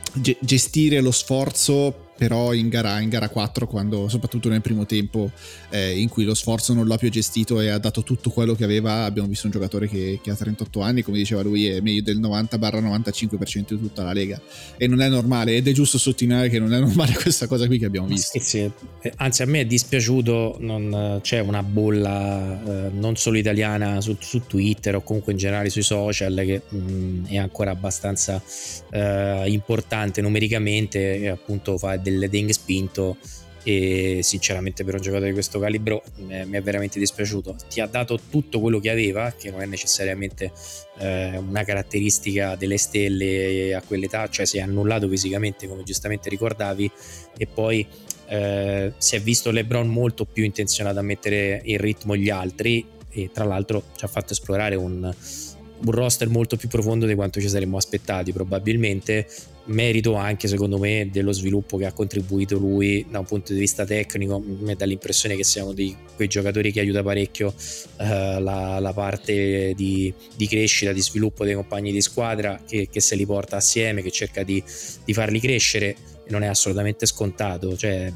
gestire lo sforzo, però in gara 4, quando, soprattutto nel primo tempo, in cui lo sforzo non l'ha più gestito e ha dato tutto quello che aveva. Abbiamo visto un giocatore che ha 38 anni, come diceva lui, è meglio del 90-95% di tutta la Lega, e non è normale, ed è giusto sottolineare che non è normale questa cosa qui che abbiamo visto. Sì. Anzi, a me è dispiaciuto, non c'è una bolla non solo italiana su Twitter o comunque in generale sui social, che è ancora abbastanza importante numericamente, e appunto fa del leading spinto, e sinceramente per un giocatore di questo calibro mi è veramente dispiaciuto. Ti ha dato tutto quello che aveva, che non è necessariamente una caratteristica delle stelle a quell'età, cioè si è annullato fisicamente, come giustamente ricordavi, e poi si è visto LeBron molto più intenzionato a mettere in ritmo gli altri, e tra l'altro ci ha fatto esplorare un roster molto più profondo di quanto ci saremmo aspettati, probabilmente merito anche, secondo me, dello sviluppo che ha contribuito lui da un punto di vista tecnico. Mi dà l'impressione che siamo di quei giocatori che aiuta parecchio la parte di crescita, di sviluppo dei compagni di squadra, che se li porta assieme, che cerca di farli crescere, e non è assolutamente scontato. Cioè,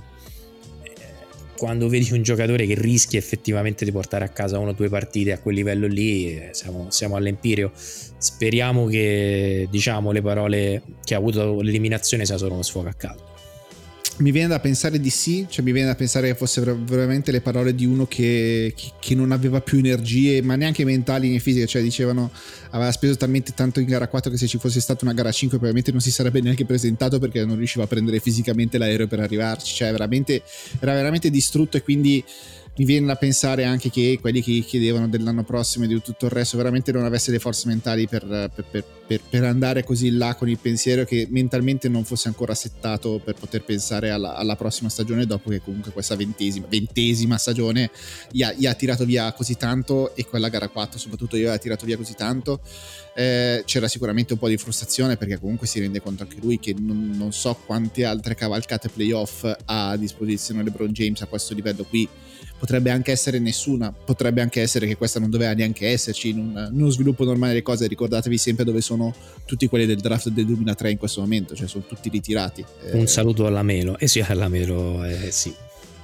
quando vedi un giocatore che rischia effettivamente di portare a casa 1 o 2 partite a quel livello lì, siamo all'Empirio. Speriamo che, diciamo, le parole che ha avuto l'eliminazione sia solo uno sfogo a caldo. Mi viene da pensare di sì, cioè mi viene da pensare che fosse veramente le parole di uno che non aveva più energie, ma neanche mentali né fisiche, cioè dicevano aveva speso talmente tanto in gara 4 che se ci fosse stata una gara 5 probabilmente non si sarebbe neanche presentato, perché non riusciva a prendere fisicamente l'aereo per arrivarci, cioè era veramente distrutto. E quindi mi viene da pensare anche che quelli che chiedevano dell'anno prossimo e di tutto il resto veramente non avesse le forze mentali per andare così là, con il pensiero che mentalmente non fosse ancora settato per poter pensare alla prossima stagione, dopo che comunque questa ventesima stagione gli ha tirato via così tanto, e quella gara 4 soprattutto gli ha tirato via così tanto. C'era sicuramente un po' di frustrazione, perché comunque si rende conto anche lui che non so quante altre cavalcate playoff ha a disposizione LeBron James a questo livello qui. Potrebbe anche essere nessuna, potrebbe anche essere che questa non doveva neanche esserci in uno sviluppo normale delle cose. Ricordatevi sempre dove sono tutti quelli del draft del 2003 in questo momento, cioè sono tutti ritirati. Un saluto alla Melo, sì, alla Melo, sì,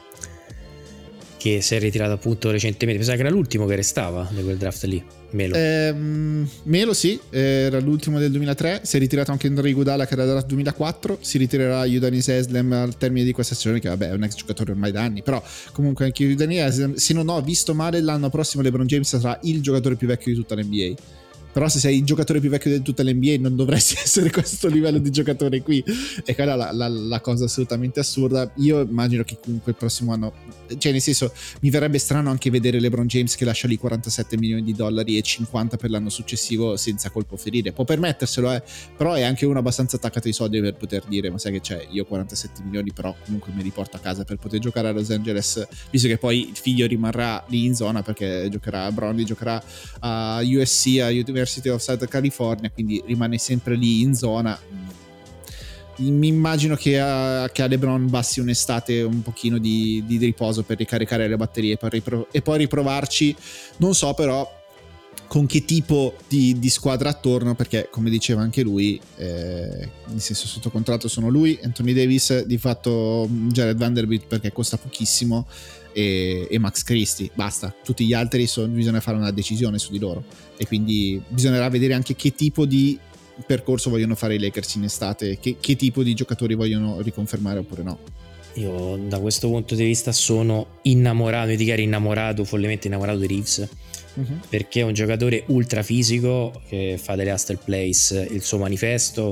che si è ritirato appunto recentemente. Pensavo che era l'ultimo che restava di quel draft lì. Melo sì, era l'ultimo del 2003. Si è ritirato anche Andre Iguodala, che era del 2004. Si ritirerà Udonis Haslem al termine di questa stagione, che vabbè è un ex giocatore ormai da anni, però comunque anche Udonis Haslem, se non ho visto male, l'anno prossimo LeBron James sarà il giocatore più vecchio di tutta l'NBA. Però se sei il giocatore più vecchio di tutta l'NBA non dovresti essere questo livello di giocatore qui, e quella è la cosa assolutamente assurda. Io immagino che comunque il prossimo anno, cioè nel senso, mi verrebbe strano anche vedere LeBron James che lascia lì 47 milioni di dollari e 50 per l'anno successivo senza colpo ferire. Può permetterselo, però è anche uno abbastanza attaccato ai soldi per poter dire: ma sai che c'è, io 47 milioni però comunque me li porto a casa per poter giocare a Los Angeles, visto che poi il figlio rimarrà lì in zona, perché giocherà a Brownlee, giocherà a USC, a University of Southern California, quindi rimane sempre lì in zona. Mi immagino che a LeBron basti un'estate un pochino di riposo per ricaricare le batterie e poi riprovarci. Non so però con che tipo di squadra attorno, perché come diceva anche lui, nel senso, sotto contratto sono lui, Anthony Davis, di fatto Jared Vanderbilt perché costa pochissimo, e Max Christie, basta. Tutti gli altri bisogna fare una decisione su di loro, e quindi bisognerà vedere anche che tipo di percorso vogliono fare i Lakers in estate, che tipo di giocatori vogliono riconfermare oppure no. Io da questo punto di vista sono innamorato, follemente innamorato di Reeves, perché è un giocatore ultra fisico che fa delle hustle plays il suo manifesto,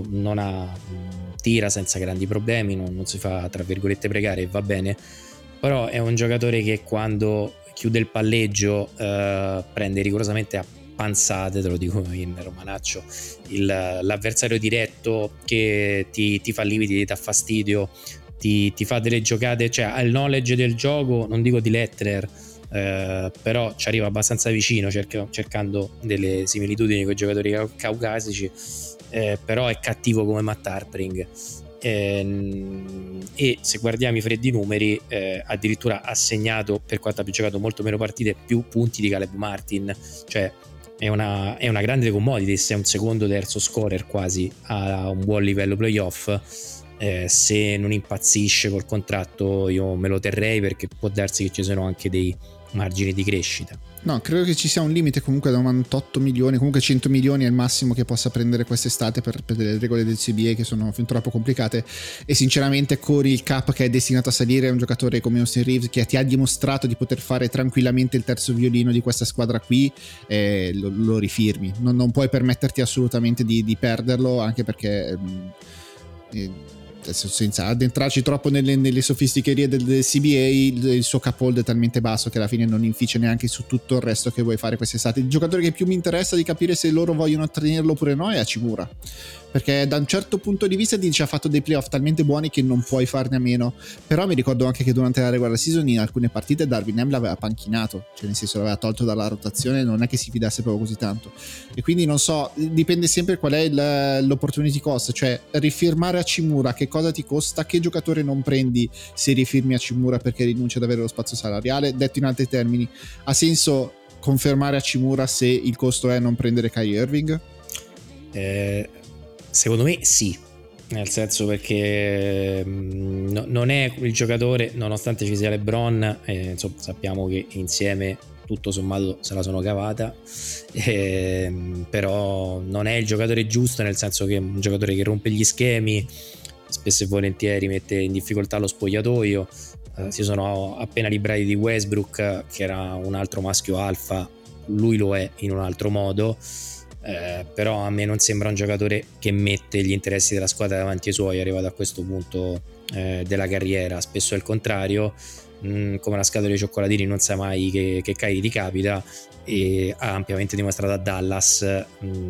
tira senza grandi problemi, non si fa tra virgolette pregare e va bene, però è un giocatore che quando chiude il palleggio prende rigorosamente a panzate, te lo dico in romanaccio, l'avversario diretto che ti fa lividi, ti dà fastidio, ti fa delle giocate, cioè ha il knowledge del gioco, non dico di Letterer, però ci arriva abbastanza vicino, cercando delle similitudini con i giocatori caucasici, però è cattivo come Matt Harpring, e se guardiamo i freddi numeri, addirittura ha segnato, per quanto abbia giocato molto meno partite, più punti di Caleb Martin, cioè è una grande commodity, se è un secondo terzo scorer quasi a un buon livello playoff. Se non impazzisce col contratto io me lo terrei, perché può darsi che ci siano anche dei margini di crescita. No, credo che ci sia un limite comunque da 98 milioni, comunque 100 milioni è il massimo che possa prendere quest'estate per le regole del CBA che sono fin troppo complicate, e sinceramente con il cap che è destinato a salire, un giocatore come Austin Reeves che ti ha dimostrato di poter fare tranquillamente il terzo violino di questa squadra qui, lo rifirmi, non puoi permetterti assolutamente di perderlo, anche perché senza addentrarci troppo nelle sofisticherie del CBA, il suo cap hold è talmente basso che alla fine non inficia neanche su tutto il resto che vuoi fare quest'estate. Il giocatore che più mi interessa di capire se loro vogliono tenerlo oppure no è Hachimura, perché da un certo punto di vista ci ha fatto dei playoff talmente buoni che non puoi farne a meno. Però mi ricordo anche che durante la regular season in alcune partite Darvin Ham l'aveva panchinato, cioè nel senso l'aveva tolto dalla rotazione, non è che si fidasse proprio così tanto, e quindi non so, dipende sempre qual è l'opportunity cost, cioè rifirmare Hachimura che cosa ti costa, che giocatore non prendi se rifirmi Hachimura perché rinunci ad avere lo spazio salariale. Detto in altri termini, ha senso confermare Hachimura se il costo è non prendere Kyrie Irving? Secondo me sì, nel senso perché non è il giocatore, nonostante ci sia LeBron, insomma, sappiamo che insieme tutto sommato se la sono cavata, però non è il giocatore giusto, nel senso che è un giocatore che rompe gli schemi, spesso e volentieri mette in difficoltà lo spogliatoio. Si sono appena librati di Westbrook, che era un altro maschio alfa, lui lo è in un altro modo. Però a me non sembra un giocatore che mette gli interessi della squadra davanti ai suoi, arrivato a questo punto della carriera. Spesso è il contrario, come una scatola di cioccolatini non sai mai che Kyrie ti capita, e ha ampiamente dimostrato a Dallas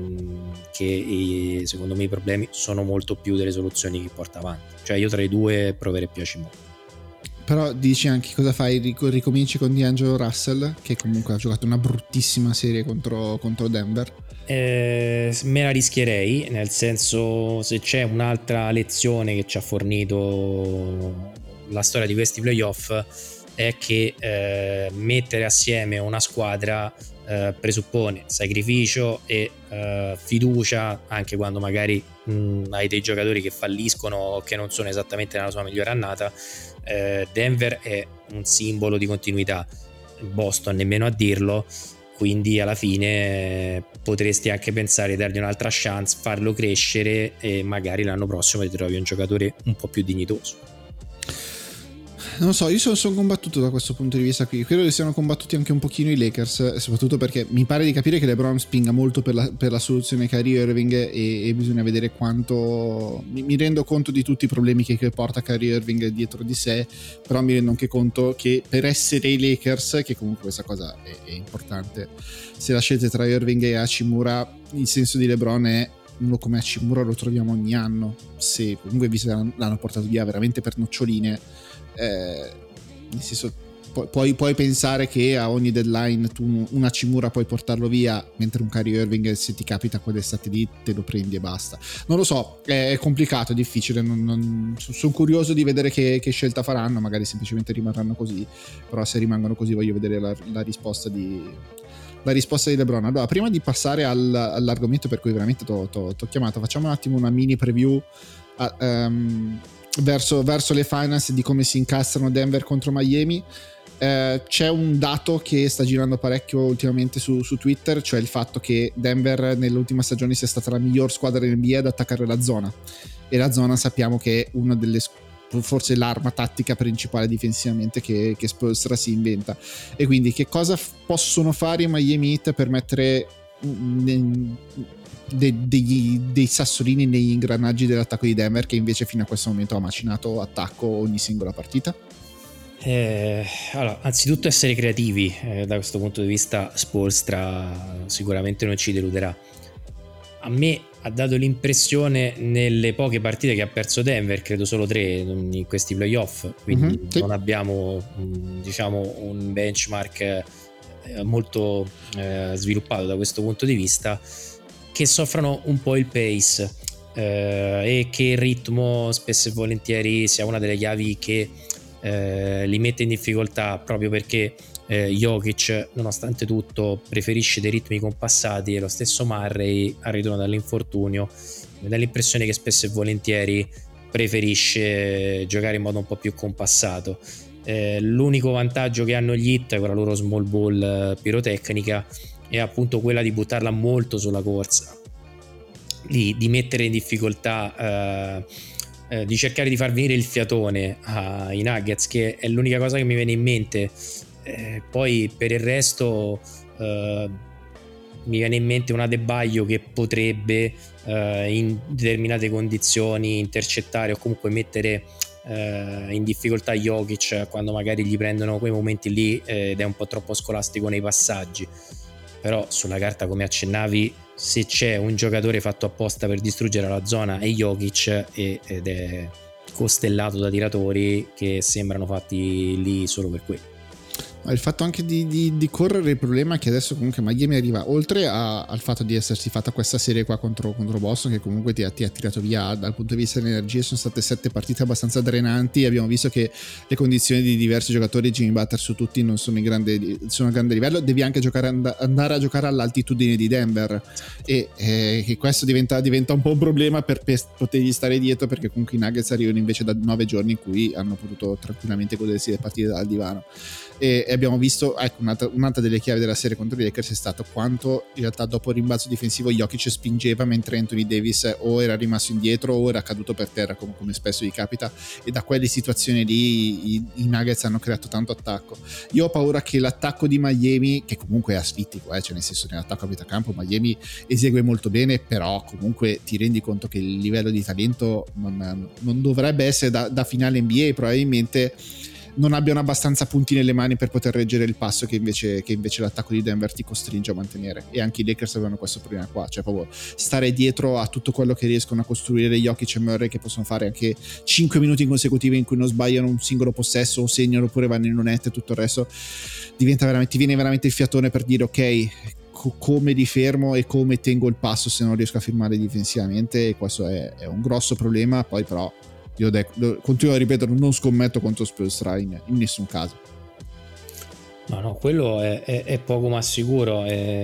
che secondo me i problemi sono molto più delle soluzioni che porta avanti. Cioè io tra i due proverei più Hachimura. Però dici anche cosa fai? Ricominci con D'Angelo Russell, che comunque ha giocato una bruttissima serie contro Denver. Me la rischierei, nel senso, se c'è un'altra lezione che ci ha fornito la storia di questi playoff è che mettere assieme una squadra presuppone sacrificio e fiducia, anche quando magari hai dei giocatori che falliscono o che non sono esattamente nella sua migliore annata. Denver è un simbolo di continuità, Boston nemmeno a dirlo, quindi alla fine potresti anche pensare di dargli un'altra chance, farlo crescere, e magari l'anno prossimo ti trovi un giocatore un po' più dignitoso. Non so, io sono combattuto da questo punto di vista qui. Credo che siano combattuti anche un pochino i Lakers, soprattutto perché mi pare di capire che LeBron spinga molto per la soluzione Kyrie Irving, e bisogna vedere quanto. Mi rendo conto di tutti i problemi che porta Kyrie Irving dietro di sé, però mi rendo anche conto che per essere i Lakers, che comunque questa cosa è importante, se la scelta tra Irving e Hachimura, il senso di LeBron è: uno come Hachimura lo troviamo ogni anno, se comunque visto che l'hanno portato via veramente per noccioline. Nel senso, puoi pensare che a ogni deadline tu un Hachimura puoi portarlo via, mentre un Kyrie Irving, se ti capita quell'estate lì, te lo prendi e basta. Non lo so, è complicato, è difficile, sono curioso di vedere che scelta faranno. Magari semplicemente rimarranno così, però se rimangono così voglio vedere la risposta di LeBron. Allora, prima di passare all'argomento per cui veramente t'ho chiamato, facciamo un attimo una mini preview verso le finals, di come si incastrano Denver contro Miami. C'è un dato che sta girando parecchio ultimamente su Twitter, cioè il fatto che Denver nell'ultima stagione sia stata la miglior squadra in NBA ad attaccare la zona, e la zona sappiamo che è una delle forse l'arma tattica principale difensivamente che Spoelstra si inventa. E quindi che cosa possono fare i Miami Heat per mettere dei sassolini negli ingranaggi dell'attacco di Denver, che invece fino a questo momento ha macinato attacco ogni singola partita? Allora, anzitutto essere creativi, da questo punto di vista Spoelstra sicuramente non ci deluderà. A me ha dato l'impressione, nelle poche partite che ha perso Denver, credo solo 3 in questi playoff, quindi sì. non abbiamo diciamo un benchmark molto sviluppato da questo punto di vista, che soffrano un po' il pace, e che il ritmo spesso e volentieri sia una delle chiavi che li mette in difficoltà proprio perché Jokic, nonostante tutto, preferisce dei ritmi compassati, e lo stesso Murray al ritorno dall'infortunio mi dà l'impressione che spesso e volentieri preferisce giocare in modo un po' più compassato. L'unico vantaggio che hanno gli Heat con la loro small ball pirotecnica è appunto quella di buttarla molto sulla corsa, di mettere in difficoltà, di cercare di far venire il fiatone ai Nuggets, che è l'unica cosa che mi viene in mente. Poi per il resto mi viene in mente un Adebayo che potrebbe in determinate condizioni intercettare o comunque mettere in difficoltà Jokic quando magari gli prendono quei momenti lì ed è un po' troppo scolastico nei passaggi. Però sulla carta, come accennavi, se c'è un giocatore fatto apposta per distruggere la zona è Jokic, ed è costellato da tiratori che sembrano fatti lì solo per quello. Il fatto anche di correre, il problema è che adesso comunque Miami arriva, oltre al fatto di essersi fatta questa serie qua contro Boston, che comunque ti ha tirato via dal punto di vista dell'energia. Sono state 7 partite abbastanza drenanti, abbiamo visto che le condizioni di diversi giocatori, Jimmy Butler su tutti, non sono a grande livello. Devi anche andare a giocare all'altitudine di Denver, e che questo diventa un po' un problema per potergli stare dietro, perché comunque i Nuggets arrivano invece da 9 giorni in cui hanno potuto tranquillamente godersi le partite dal divano. E abbiamo visto, ecco, un'altra delle chiavi della serie contro i Lakers è stato quanto in realtà dopo il rimbalzo difensivo Jokic spingeva, mentre Anthony Davis o era rimasto indietro o era caduto per terra, come spesso gli capita, e da quelle situazioni lì i Nuggets hanno creato tanto attacco. Io ho paura che l'attacco di Miami, che comunque è asfittico, cioè nel senso, nell'attacco a metà campo Miami esegue molto bene, però comunque ti rendi conto che il livello di talento non dovrebbe essere da finale NBA, probabilmente non abbiano abbastanza punti nelle mani per poter reggere il passo che invece l'attacco di Denver ti costringe a mantenere. E anche i Lakers avevano questo problema qua, cioè proprio stare dietro a tutto quello che riescono a costruire Jokic e Murray, che possono fare anche 5 minuti consecutivi in cui non sbagliano un singolo possesso o segnano oppure vanno in lunetta, e tutto il resto ti viene veramente il fiatone per dire ok, come li fermo e come tengo il passo se non riesco a firmare difensivamente. E questo è un grosso problema. Poi però io continuo a ripetere, non scommetto contro Spoelstra in nessun caso. No, quello è poco ma sicuro.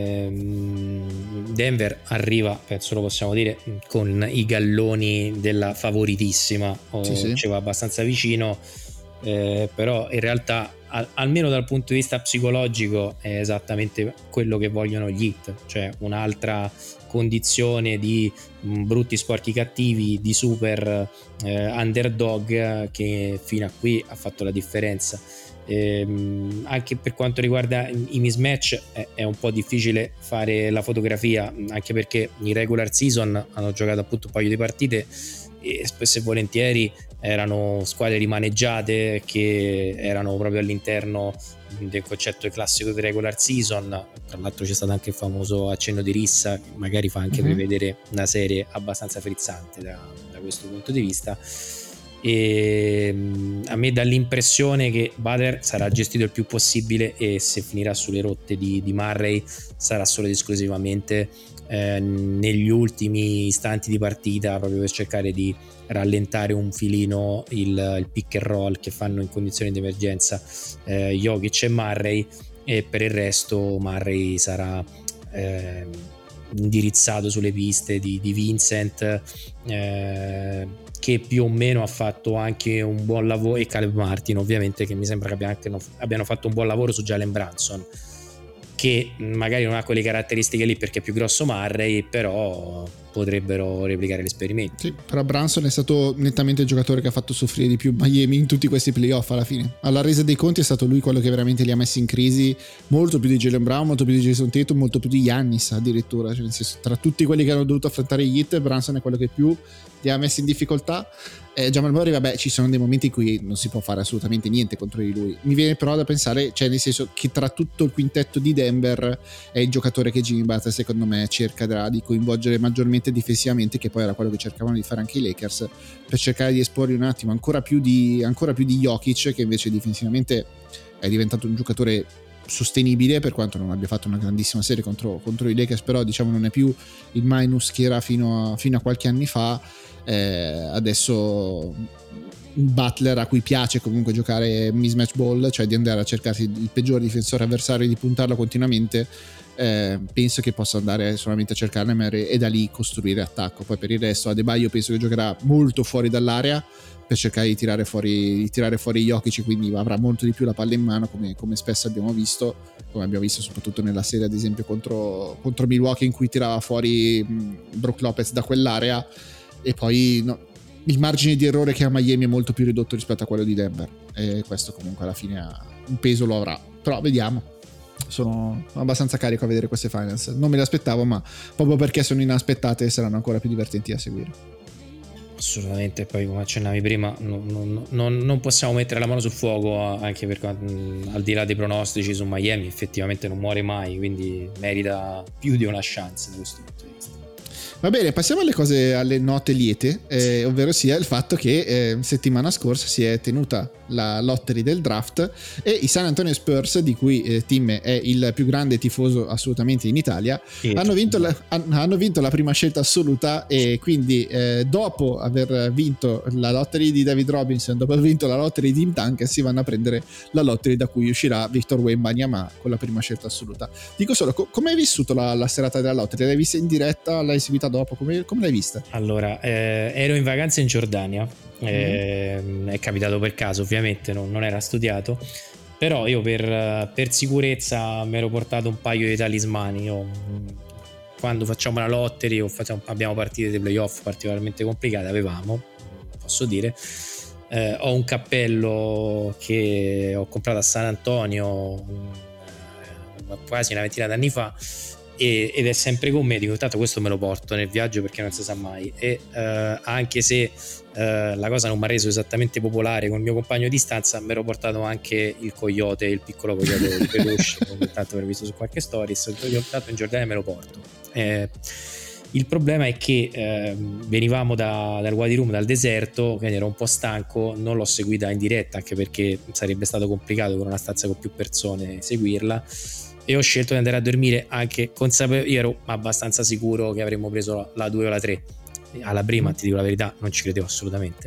Denver arriva, penso lo possiamo dire, con i galloni della favoritissima, sì. Ci va abbastanza vicino, però in realtà almeno dal punto di vista psicologico è esattamente quello che vogliono gli Heat, cioè un'altra condizione di brutti sporchi cattivi, di super underdog che fino a qui ha fatto la differenza. Anche per quanto riguarda i mismatch è un po' difficile fare la fotografia, anche perché in regular season hanno giocato appunto un paio di partite e spesso e volentieri erano squadre rimaneggiate che erano proprio all'interno del concetto classico di regular season. Tra l'altro c'è stato anche il famoso accenno di rissa, che magari fa anche prevedere una serie abbastanza frizzante da questo punto di vista. E a me dà l'impressione che Butler sarà gestito il più possibile, e se finirà sulle rotte di Murray sarà solo ed esclusivamente negli ultimi istanti di partita, proprio per cercare di rallentare un filino il pick and roll che fanno in condizioni di emergenza Jokic e Murray, e per il resto Murray sarà indirizzato sulle piste di Vincent, che più o meno ha fatto anche un buon lavoro, e Caleb Martin ovviamente, che mi sembra che abbiano fatto un buon lavoro su Jalen Brunson, che magari non ha quelle caratteristiche lì perché è più grosso Murray, però potrebbero replicare l'esperimento. Sì, però Brunson è stato nettamente il giocatore che ha fatto soffrire di più Miami in tutti questi playoff alla fine. Alla resa dei conti è stato lui quello che veramente li ha messi in crisi, molto più di Jaylen Brown, molto più di Jason Tatum, molto più di Giannis addirittura, cioè nel senso, tra tutti quelli che hanno dovuto affrontare gli Heat, Brunson è quello che più li ha messi in difficoltà. Jamal Murray, vabbè, ci sono dei momenti in cui non si può fare assolutamente niente contro di lui. Mi viene però da pensare, cioè nel senso che tra tutto il quintetto di Denver è il giocatore che Jimmy Butler secondo me cerca di coinvolgere maggiormente difensivamente, che poi era quello che cercavano di fare anche i Lakers, per cercare di esporre un attimo ancora più di Jokic, che invece difensivamente è diventato un giocatore sostenibile, per quanto non abbia fatto una grandissima serie contro i Lakers, però diciamo non è più il minus che era fino a qualche anni fa. Adesso Butler, a cui piace comunque giocare mismatch ball, cioè di andare a cercarsi il peggior difensore avversario e di puntarlo continuamente, penso che possa andare solamente a cercarne e da lì costruire attacco. Poi per il resto Adebayo penso che giocherà molto fuori dall'area per cercare di tirare fuori Jokic, quindi avrà molto di più la palla in mano, come spesso abbiamo visto soprattutto nella serie ad esempio contro Milwaukee, in cui tirava fuori Brook Lopez da quell'area, e poi il margine di errore che a Miami è molto più ridotto rispetto a quello di Denver, e questo comunque alla fine un peso lo avrà. Però vediamo, sono abbastanza carico a vedere queste finals, non me le aspettavo, ma proprio perché sono inaspettate saranno ancora più divertenti da seguire. Assolutamente. Poi, come accennavi prima, non possiamo mettere la mano sul fuoco, anche perché al di là dei pronostici su Miami effettivamente non muore mai, quindi merita più di una chance da questo punto di vista. Va bene, passiamo alle note liete, ovvero sia il fatto che settimana scorsa si è tenuta la lottery del draft e i San Antonio Spurs, di cui Tim è il più grande tifoso assolutamente in Italia, hanno vinto la prima scelta assoluta, e quindi dopo aver vinto la lottery di David Robinson, dopo aver vinto la lottery di Tim Duncan, si vanno a prendere la lottery da cui uscirà Victor Wembanyama con la prima scelta assoluta. Dico solo, come hai vissuto la serata della lottery? L'hai vista in diretta? L'hai seguita dopo? Come l'hai vista? Allora, ero in vacanza in Giordania, è capitato per caso, ovviamente non era studiato, però io per sicurezza mi ero portato un paio di talismani. Quando facciamo la lottery o abbiamo partite dei playoff particolarmente complicate, posso dire, ho un cappello che ho comprato a San Antonio quasi una ventina d'anni fa, ed è sempre con me. Dico, tanto questo me lo porto nel viaggio perché non si sa mai, e anche se la cosa non mi ha reso esattamente popolare con il mio compagno di stanza, mi ero portato anche il coyote, il piccolo coyote di peluche, tanto aver visto su qualche stories. Tanto in Giordania me lo porto. Il problema è che venivamo dal Wadi Rum, dal deserto, quindi ero un po' stanco, non l'ho seguita in diretta anche perché sarebbe stato complicato con una stanza con più persone seguirla, e ho scelto di andare a dormire anche consapevole. Io ero abbastanza sicuro che avremmo preso la 2 o la 3. Alla prima, ti dico la verità, non ci credevo assolutamente,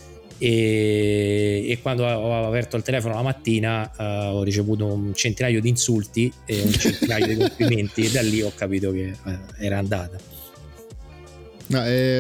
e quando ho aperto il telefono la mattina ho ricevuto un centinaio di insulti e un centinaio di complimenti, e da lì ho capito che era andata. No,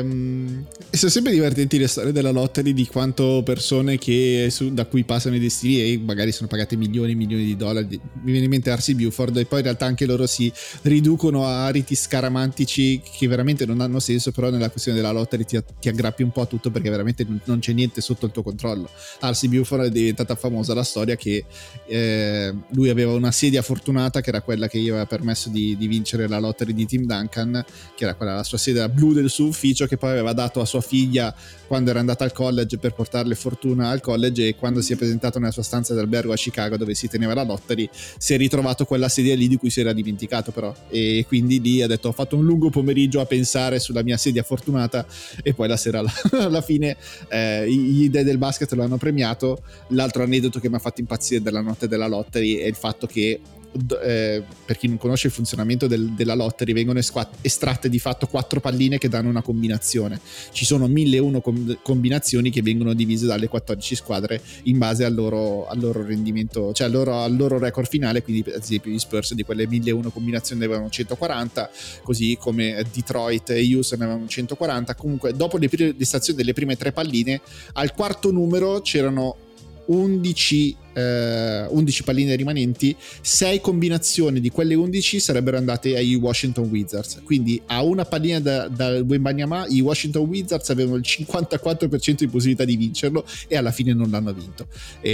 sono sempre divertenti le storie della lottery, di quanto persone da cui passano i destini e magari sono pagate milioni e milioni di dollari. Mi viene in mente R.C. Buford, e poi in realtà anche loro si riducono a riti scaramantici che veramente non hanno senso, però nella questione della lottery ti aggrappi un po' a tutto, perché veramente non c'è niente sotto il tuo controllo. R.C. Buford è diventata famosa la storia che lui aveva una sedia fortunata, che era quella che gli aveva permesso di vincere la lottery di Tim Duncan, che era quella, la sua sedia blu del suo ufficio, che poi aveva dato a sua figlia quando era andata al college per portarle fortuna al college, e quando si è presentato nella sua stanza d'albergo a Chicago dove si teneva la lottery si è ritrovato quella sedia lì di cui si era dimenticato però, e quindi lì ha detto: ho fatto un lungo pomeriggio a pensare sulla mia sedia fortunata, e poi la sera alla fine gli dei del basket lo hanno premiato. L'altro aneddoto che mi ha fatto impazzire della notte della lottery è il fatto che per chi non conosce il funzionamento della lottery, vengono estratte di fatto 4 palline che danno una combinazione. Ci sono 1001 combinazioni che vengono divise dalle 14 squadre in base al loro rendimento, cioè al loro record finale. Quindi ad esempio gli Spurs di quelle 1001 combinazioni ne avevano 140, così come Detroit e Houston ne avevano 140. Comunque dopo l'estrazione delle prime 3 palline, al quarto numero c'erano 11 palline rimanenti. 6 combinazioni di quelle 11 sarebbero andate ai Washington Wizards, quindi a una pallina da Wembanyama i Washington Wizards avevano il 54% di possibilità di vincerlo, e alla fine non l'hanno vinto.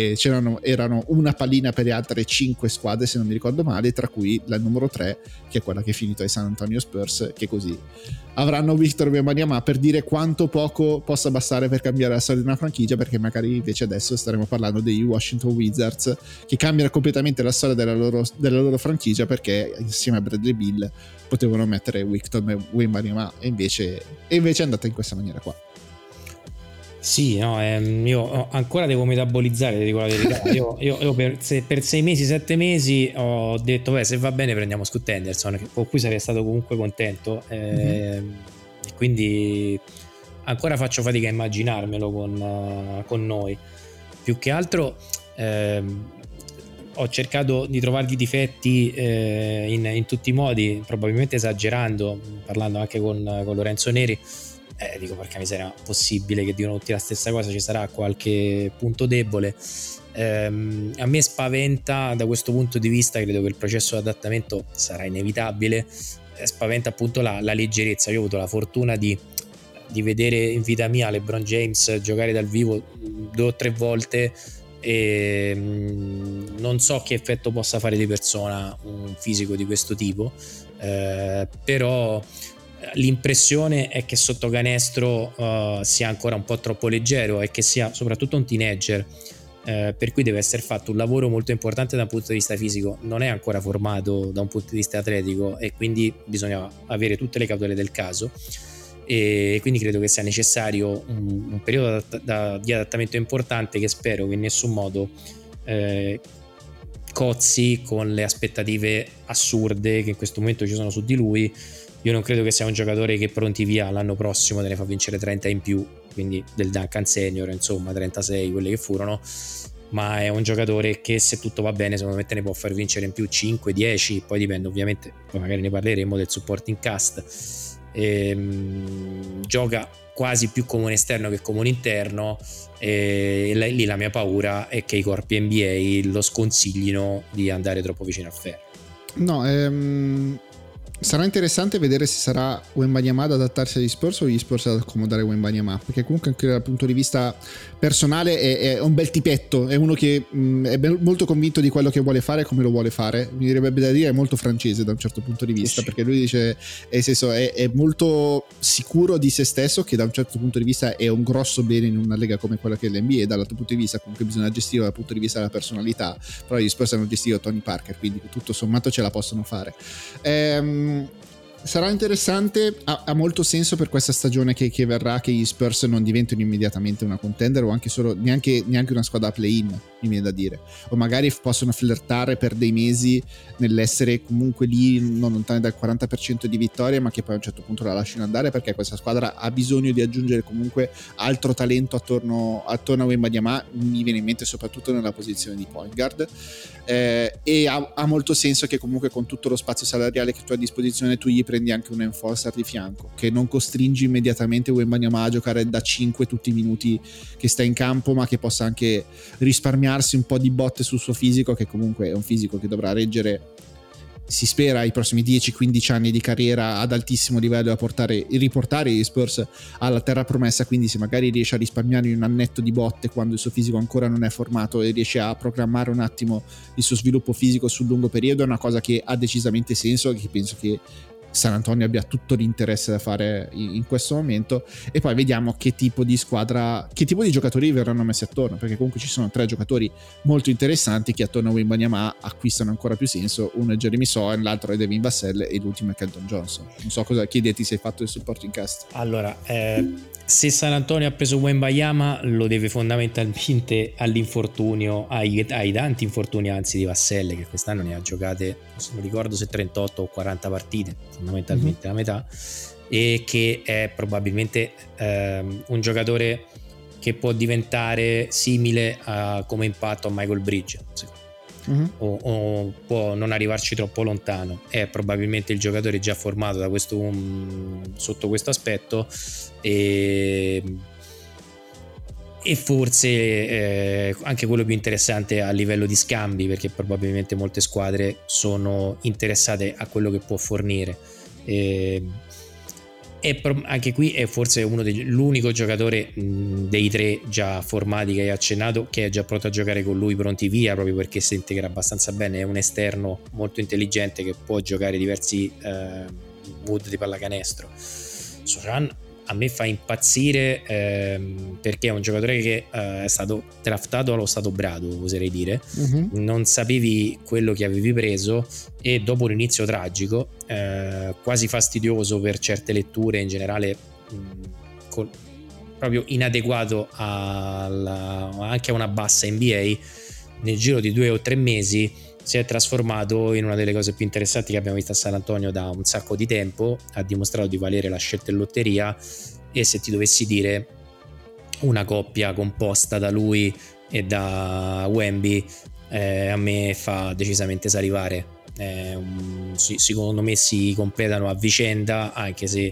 Erano una pallina per le altre 5 squadre, se non mi ricordo male, tra cui la numero 3, che è quella che è finita ai San Antonio Spurs, che così avranno Victor Wembanyama, per dire quanto poco possa bastare per cambiare la storia di una franchigia, perché magari invece adesso staremo parlando dei Washington Wizards, che cambiano completamente la storia della loro franchigia, perché insieme a Bradley Beal potevano mettere Victor Wembanyama, e invece è andata in questa maniera qua. Sì, no, io ancora devo metabolizzare, ti dico la verità. io per 6 mesi, 7 mesi ho detto: beh, se va bene prendiamo Scoot Henderson, con cui sarei stato comunque contento, e quindi ancora faccio fatica a immaginarmelo con noi. Più che altro ho cercato di trovargli difetti in tutti i modi, probabilmente esagerando, parlando anche con Lorenzo Neri. Dico, porca miseria, possibile che dicono tutti la stessa cosa, ci sarà qualche punto debole. A me spaventa da questo punto di vista, credo che il processo di adattamento sarà inevitabile, spaventa appunto la leggerezza. Io ho avuto la fortuna di vedere in vita mia LeBron James giocare dal vivo 2 o 3 volte e non so che effetto possa fare di persona un fisico di questo tipo, però l'impressione è che sotto canestro sia ancora un po' troppo leggero e che sia soprattutto un teenager, per cui deve essere fatto un lavoro molto importante da un punto di vista fisico. Non è ancora formato da un punto di vista atletico e quindi bisogna avere tutte le cautele del caso, e quindi credo che sia necessario un periodo di adattamento importante, che spero che in nessun modo cozzi con le aspettative assurde che in questo momento ci sono su di lui. Io non credo che sia un giocatore che pronti via l'anno prossimo te ne fa vincere 30 in più, quindi del Duncan Senior, insomma 36 quelli che furono, ma è un giocatore che, se tutto va bene, secondo me te ne può far vincere in più 5, 10, poi dipende ovviamente, poi magari ne parleremo, del supporting cast. Gioca quasi più come un esterno che come un interno, e lì la mia paura è che i corpi NBA lo sconsiglino di andare troppo vicino al ferro. No, sarà interessante vedere se sarà Wembanyama ad adattarsi agli Spurs o gli Spurs ad accomodare Wembanyama, perché comunque anche dal punto di vista personale è un bel tipetto, è uno che è molto convinto di quello che vuole fare e come lo vuole fare. Mi direbbe da dire è molto francese da un certo punto di vista, perché lui dice, nel senso, è molto sicuro di se stesso, che da un certo punto di vista è un grosso bene in una lega come quella che è l'NBA. Dall'altro punto di vista comunque bisogna gestirlo dal punto di vista della personalità, però gli Spurs hanno gestito Tony Parker, quindi tutto sommato ce la possono fare. Sarà interessante, ha molto senso per questa stagione che verrà, che gli Spurs non diventino immediatamente una contender, o anche solo neanche una squadra play-in, mi viene da dire, o magari possono flirtare per dei mesi nell'essere comunque lì non lontani dal 40% di vittorie, ma che poi a un certo punto la lasciano andare, perché questa squadra ha bisogno di aggiungere comunque altro talento attorno a Wembanyama. Mi viene in mente soprattutto nella posizione di point guard, e ha molto senso che comunque con tutto lo spazio salariale che tu hai a disposizione tu gli prendi anche un enforcer di fianco, che non costringi immediatamente Wembanyama a giocare da 5 tutti i minuti che sta in campo, ma che possa anche risparmiarsi un po' di botte sul suo fisico, che comunque è un fisico che dovrà reggere, si spera, i prossimi 10-15 anni di carriera ad altissimo livello, a riportare gli Spurs alla terra promessa. Quindi se magari riesce a risparmiare un annetto di botte quando il suo fisico ancora non è formato e riesce a programmare un attimo il suo sviluppo fisico sul lungo periodo, è una cosa che ha decisamente senso, che penso che San Antonio abbia tutto l'interesse da fare in questo momento. E poi vediamo che tipo di squadra, che tipo di giocatori verranno messi attorno, perché comunque ci sono 3 giocatori molto interessanti che attorno a Wembanyama acquistano ancora più senso. Uno è Jeremy Sohan, l'altro è Devin Vassell e l'ultimo è Keldon Johnson. Non so cosa chiederti se hai fatto il supporting cast. Allora, se San Antonio ha preso Wembanyama lo deve fondamentalmente all'infortunio, ai tanti infortuni anzi di Vassell, che quest'anno ne ha giocate, non ricordo se 38 o 40 partite, fondamentalmente la metà, e che è probabilmente un giocatore che può diventare simile come impatto a Michael Bridges, o può non arrivarci troppo lontano. È probabilmente il giocatore già formato da sotto questo aspetto, e forse anche quello più interessante a livello di scambi, perché probabilmente molte squadre sono interessate a quello che può fornire, e anche qui è forse l'unico giocatore dei 3 già formati che hai accennato che è già pronto a giocare con lui pronti via, proprio perché si integra abbastanza bene. È un esterno molto intelligente che può giocare diversi mood di pallacanestro. Sohan a me fa impazzire, perché è un giocatore che è stato draftato allo stato brado, oserei dire. Non sapevi quello che avevi preso, e dopo un inizio tragico, quasi fastidioso per certe letture in generale, proprio inadeguato anche a una bassa NBA, nel giro di 2 o 3 mesi si è trasformato in una delle cose più interessanti che abbiamo visto a San Antonio da un sacco di tempo. Ha dimostrato di valere la scelta in lotteria, e se ti dovessi dire una coppia composta da lui e da Wemby, a me fa decisamente salivare. Secondo me si completano a vicenda, anche se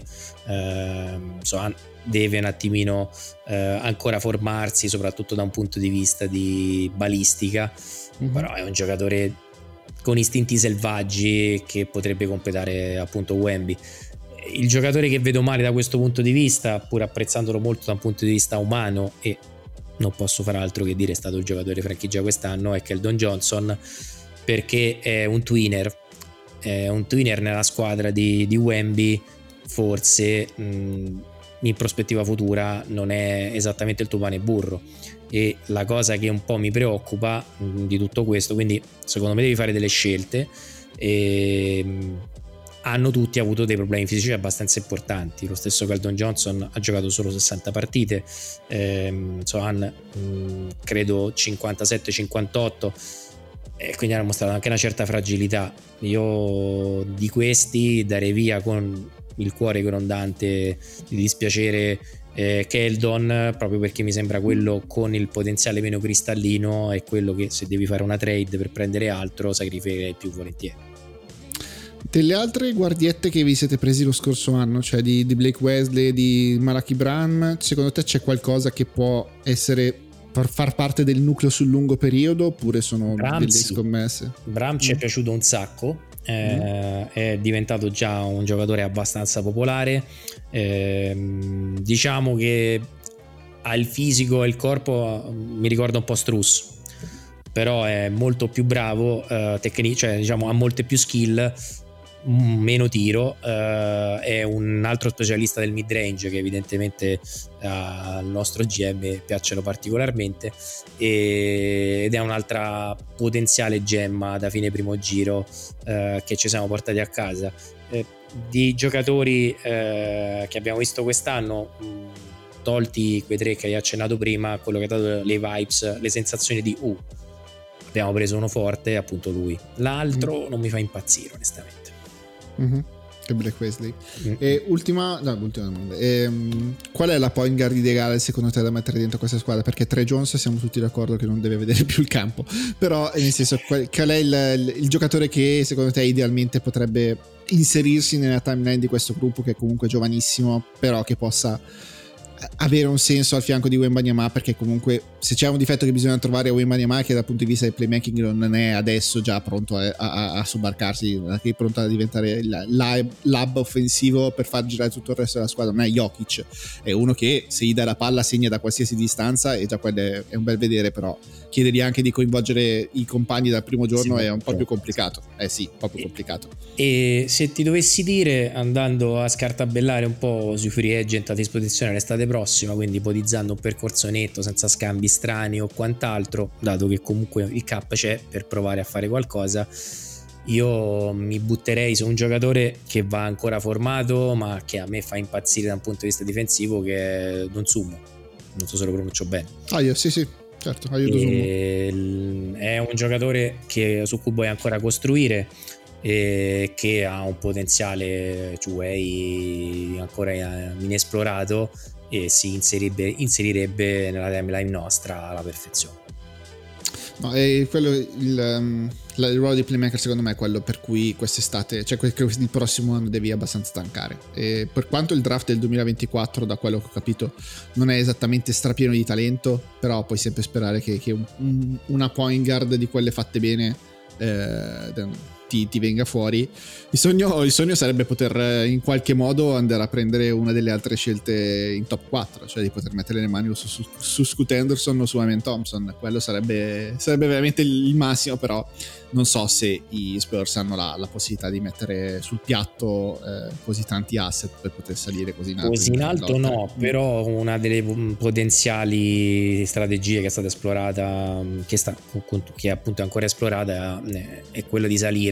deve un attimino ancora formarsi, soprattutto da un punto di vista di balistica, però è un giocatore con istinti selvaggi che potrebbe completare appunto Wemby. Il giocatore che vedo male da questo punto di vista, pur apprezzandolo molto da un punto di vista umano, e non posso far altro che dire è stato il giocatore franchigia quest'anno, è Keldon Johnson, perché è un twinner nella squadra di Wemby. Forse in prospettiva futura non è esattamente il tuo pane e burro, e la cosa che un po' mi preoccupa di tutto questo, quindi secondo me devi fare delle scelte, e hanno tutti avuto dei problemi fisici abbastanza importanti. Lo stesso Keldon Johnson ha giocato solo 60 partite, Sohan credo 57-58, e quindi hanno mostrato anche una certa fragilità. Io di questi darei via con il cuore grondante di dispiacere Keldon, proprio perché mi sembra quello con il potenziale meno cristallino, e quello che, se devi fare una trade per prendere altro, sacrificherei più volentieri. Delle altre guardiette che vi siete presi lo scorso anno, cioè di Blake Wesley, di Malaki Branham, secondo te c'è qualcosa che può essere per far parte del nucleo sul lungo periodo, oppure sono delle scommesse? Bram ci è piaciuto un sacco, è diventato già un giocatore abbastanza popolare, diciamo che ha il fisico e il corpo, mi ricorda un po' Strus, però è molto più bravo, cioè diciamo ha molte più skill, meno tiro, è un altro specialista del mid range che evidentemente al nostro GM piacciono particolarmente, ed è un'altra potenziale gemma da fine primo giro che ci siamo portati a casa. Di giocatori che abbiamo visto quest'anno, tolti quei tre che hai accennato prima, quello che ha dato le vibes, le sensazioni di abbiamo preso uno forte, appunto lui. L'altro non mi fa impazzire onestamente. Che Blake Wesley. E ultima domanda, qual è la point guard ideale secondo te da mettere dentro questa squadra? Perché Tre Jones siamo tutti d'accordo che non deve vedere più il campo, però nel senso, qual è il giocatore che secondo te idealmente potrebbe inserirsi nella timeline di questo gruppo, che è comunque giovanissimo, però che possa avere un senso al fianco di Wembanyama? Perché comunque se c'è un difetto che bisogna trovare a Wembanyama, che dal punto di vista del playmaking non è adesso già pronto a sobbarcarsi, che è pronto a diventare il lab offensivo per far girare tutto il resto della squadra. Non è Jokic, è uno che se gli dà la palla segna da qualsiasi distanza, e già quello è un bel vedere, però chiedergli anche di coinvolgere i compagni dal primo giorno è un po' più complicato. Un po' più complicato. E se ti dovessi dire, andando a scartabellare un po' sui free agent a disposizione l'estate prossima, quindi ipotizzando un percorso netto senza scambi strani o quant'altro, dato che comunque il cap c'è per provare a fare qualcosa, io mi butterei su un giocatore che va ancora formato, ma che a me fa impazzire da un punto di vista difensivo, che è Donsumo. Non so se lo pronuncio bene. Sì, certo, aiuto. È un giocatore su cui puoi ancora costruire, e che ha un potenziale ancora inesplorato, e si inserirebbe nella timeline nostra alla perfezione. No, e quello il ruolo di playmaker secondo me è quello per cui quest'estate, cioè il prossimo anno devi abbastanza tankare. E per quanto il draft del 2024, da quello che ho capito, non è esattamente strapieno di talento, però puoi sempre sperare che una point guard di quelle fatte bene ti venga fuori. Il sogno sarebbe poter in qualche modo andare a prendere una delle altre scelte in top 4, cioè di poter mettere le mani su Scoot Henderson o su Amen Thompson. Quello sarebbe veramente il massimo, però non so se i Spurs hanno la possibilità di mettere sul piatto così tanti asset per poter salire così in alto. No, però una delle potenziali strategie che è stata esplorata, che appunto è ancora esplorata, è quella di salire,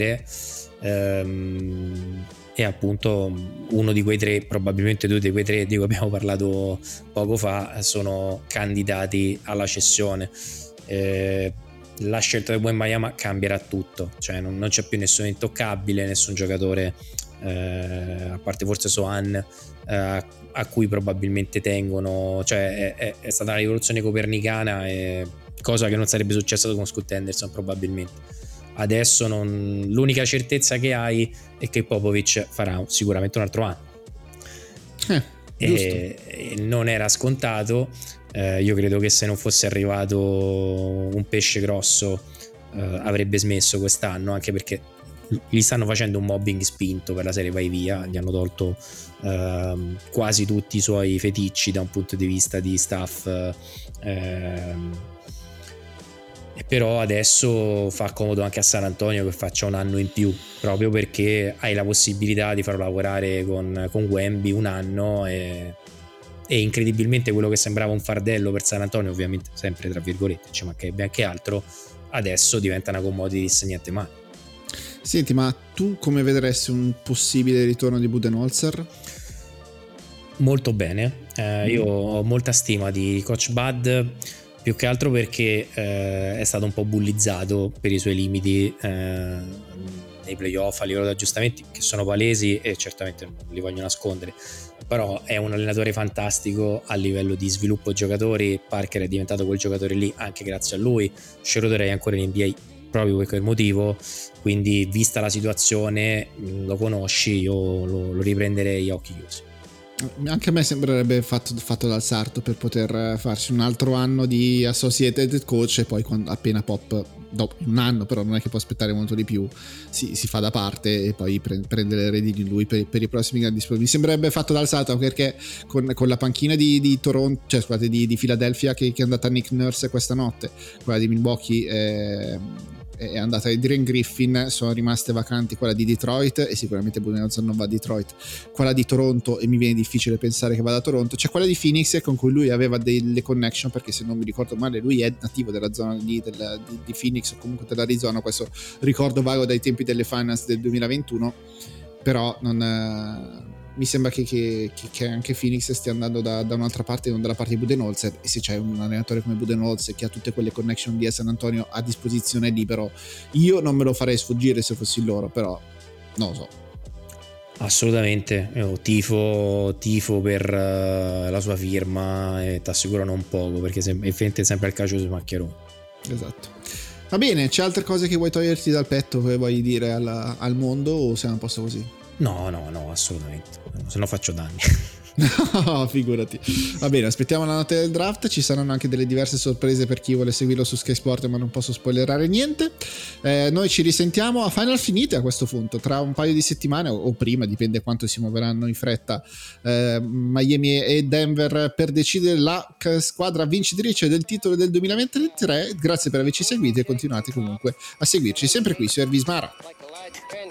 e appunto uno di quei tre, probabilmente due di quei tre di cui abbiamo parlato poco fa, sono candidati alla cessione. La scelta del Wembanyama cambierà tutto, cioè non c'è più nessun intoccabile, nessun giocatore, a parte forse Sohan, a cui probabilmente tengono, cioè è stata la rivoluzione copernicana, cosa che non sarebbe successa con Scott Henderson probabilmente. Adesso l'unica certezza che hai è che Popovic farà sicuramente un altro anno, e non era scontato. Io credo che se non fosse arrivato un pesce grosso avrebbe smesso quest'anno, anche perché gli stanno facendo un mobbing spinto per la serie vai via, gli hanno tolto quasi tutti i suoi feticci da un punto di vista di staff, e però adesso fa comodo anche a San Antonio che faccia un anno in più, proprio perché hai la possibilità di farlo lavorare con Wemby un anno, e incredibilmente quello che sembrava un fardello per San Antonio, ovviamente sempre tra virgolette, ci mancherebbe anche altro, adesso diventa una commodities niente male. Senti, ma tu come vedresti un possibile ritorno di Budenholzer? Molto bene, io ho molta stima di Coach Bud, più che altro perché è stato un po' bullizzato per i suoi limiti nei playoff a livello di aggiustamenti, che sono palesi e certamente non li voglio nascondere, però è un allenatore fantastico a livello di sviluppo giocatori. Parker è diventato quel giocatore lì anche grazie a lui. Schroeder è ancora in NBA proprio per quel motivo, quindi vista la situazione, lo conosci, io lo riprenderei a occhi chiusi. Anche a me sembrerebbe fatto dal sarto per poter farci un altro anno di associated coach, e poi appena Pop, dopo un anno però non è che può aspettare molto di più, si fa da parte e poi prende le redini lui per i prossimi grandi sport. Mi sembrerebbe fatto dal sarto, perché con la panchina di Toronto, cioè scusate, di Philadelphia che è andata Nick Nurse questa notte, quella di Milwaukee è andata Adrian Griffin, sono rimaste vacanti quella di Detroit e sicuramente Budenholzer non va a Detroit, quella di Toronto, e mi viene difficile pensare che vada a Toronto. C'è quella di Phoenix con cui lui aveva delle connection, perché se non mi ricordo male lui è nativo della zona di Phoenix o comunque dell'Arizona, questo ricordo vago dai tempi delle finals del 2021, però mi sembra che anche Phoenix stia andando da un'altra parte, non dalla parte di Budenholzer, e se c'è un allenatore come Budenholzer che ha tutte quelle connection lì a San Antonio a disposizione libero, io non me lo farei sfuggire se fossi loro, però non lo so. Assolutamente, io tifo per la sua firma, e ti assicuro non poco, perché effettivamente sempre il calcio sui maccheroni. Esatto. Va bene, c'è altre cose che vuoi toglierti dal petto, che vuoi dire al mondo, o siamo a posto così? No, assolutamente, se no faccio danni. No, figurati. Va bene, aspettiamo la notte del draft. Ci saranno anche delle diverse sorprese per chi vuole seguirlo su Sky Sport, ma non posso spoilerare niente. Noi ci risentiamo a Final Finite a questo punto tra un paio di settimane o prima, dipende quanto si muoveranno in fretta Miami e Denver per decidere la squadra vincitrice del titolo del 2023. Grazie per averci seguito e continuate comunque a seguirci sempre qui su Ervismara.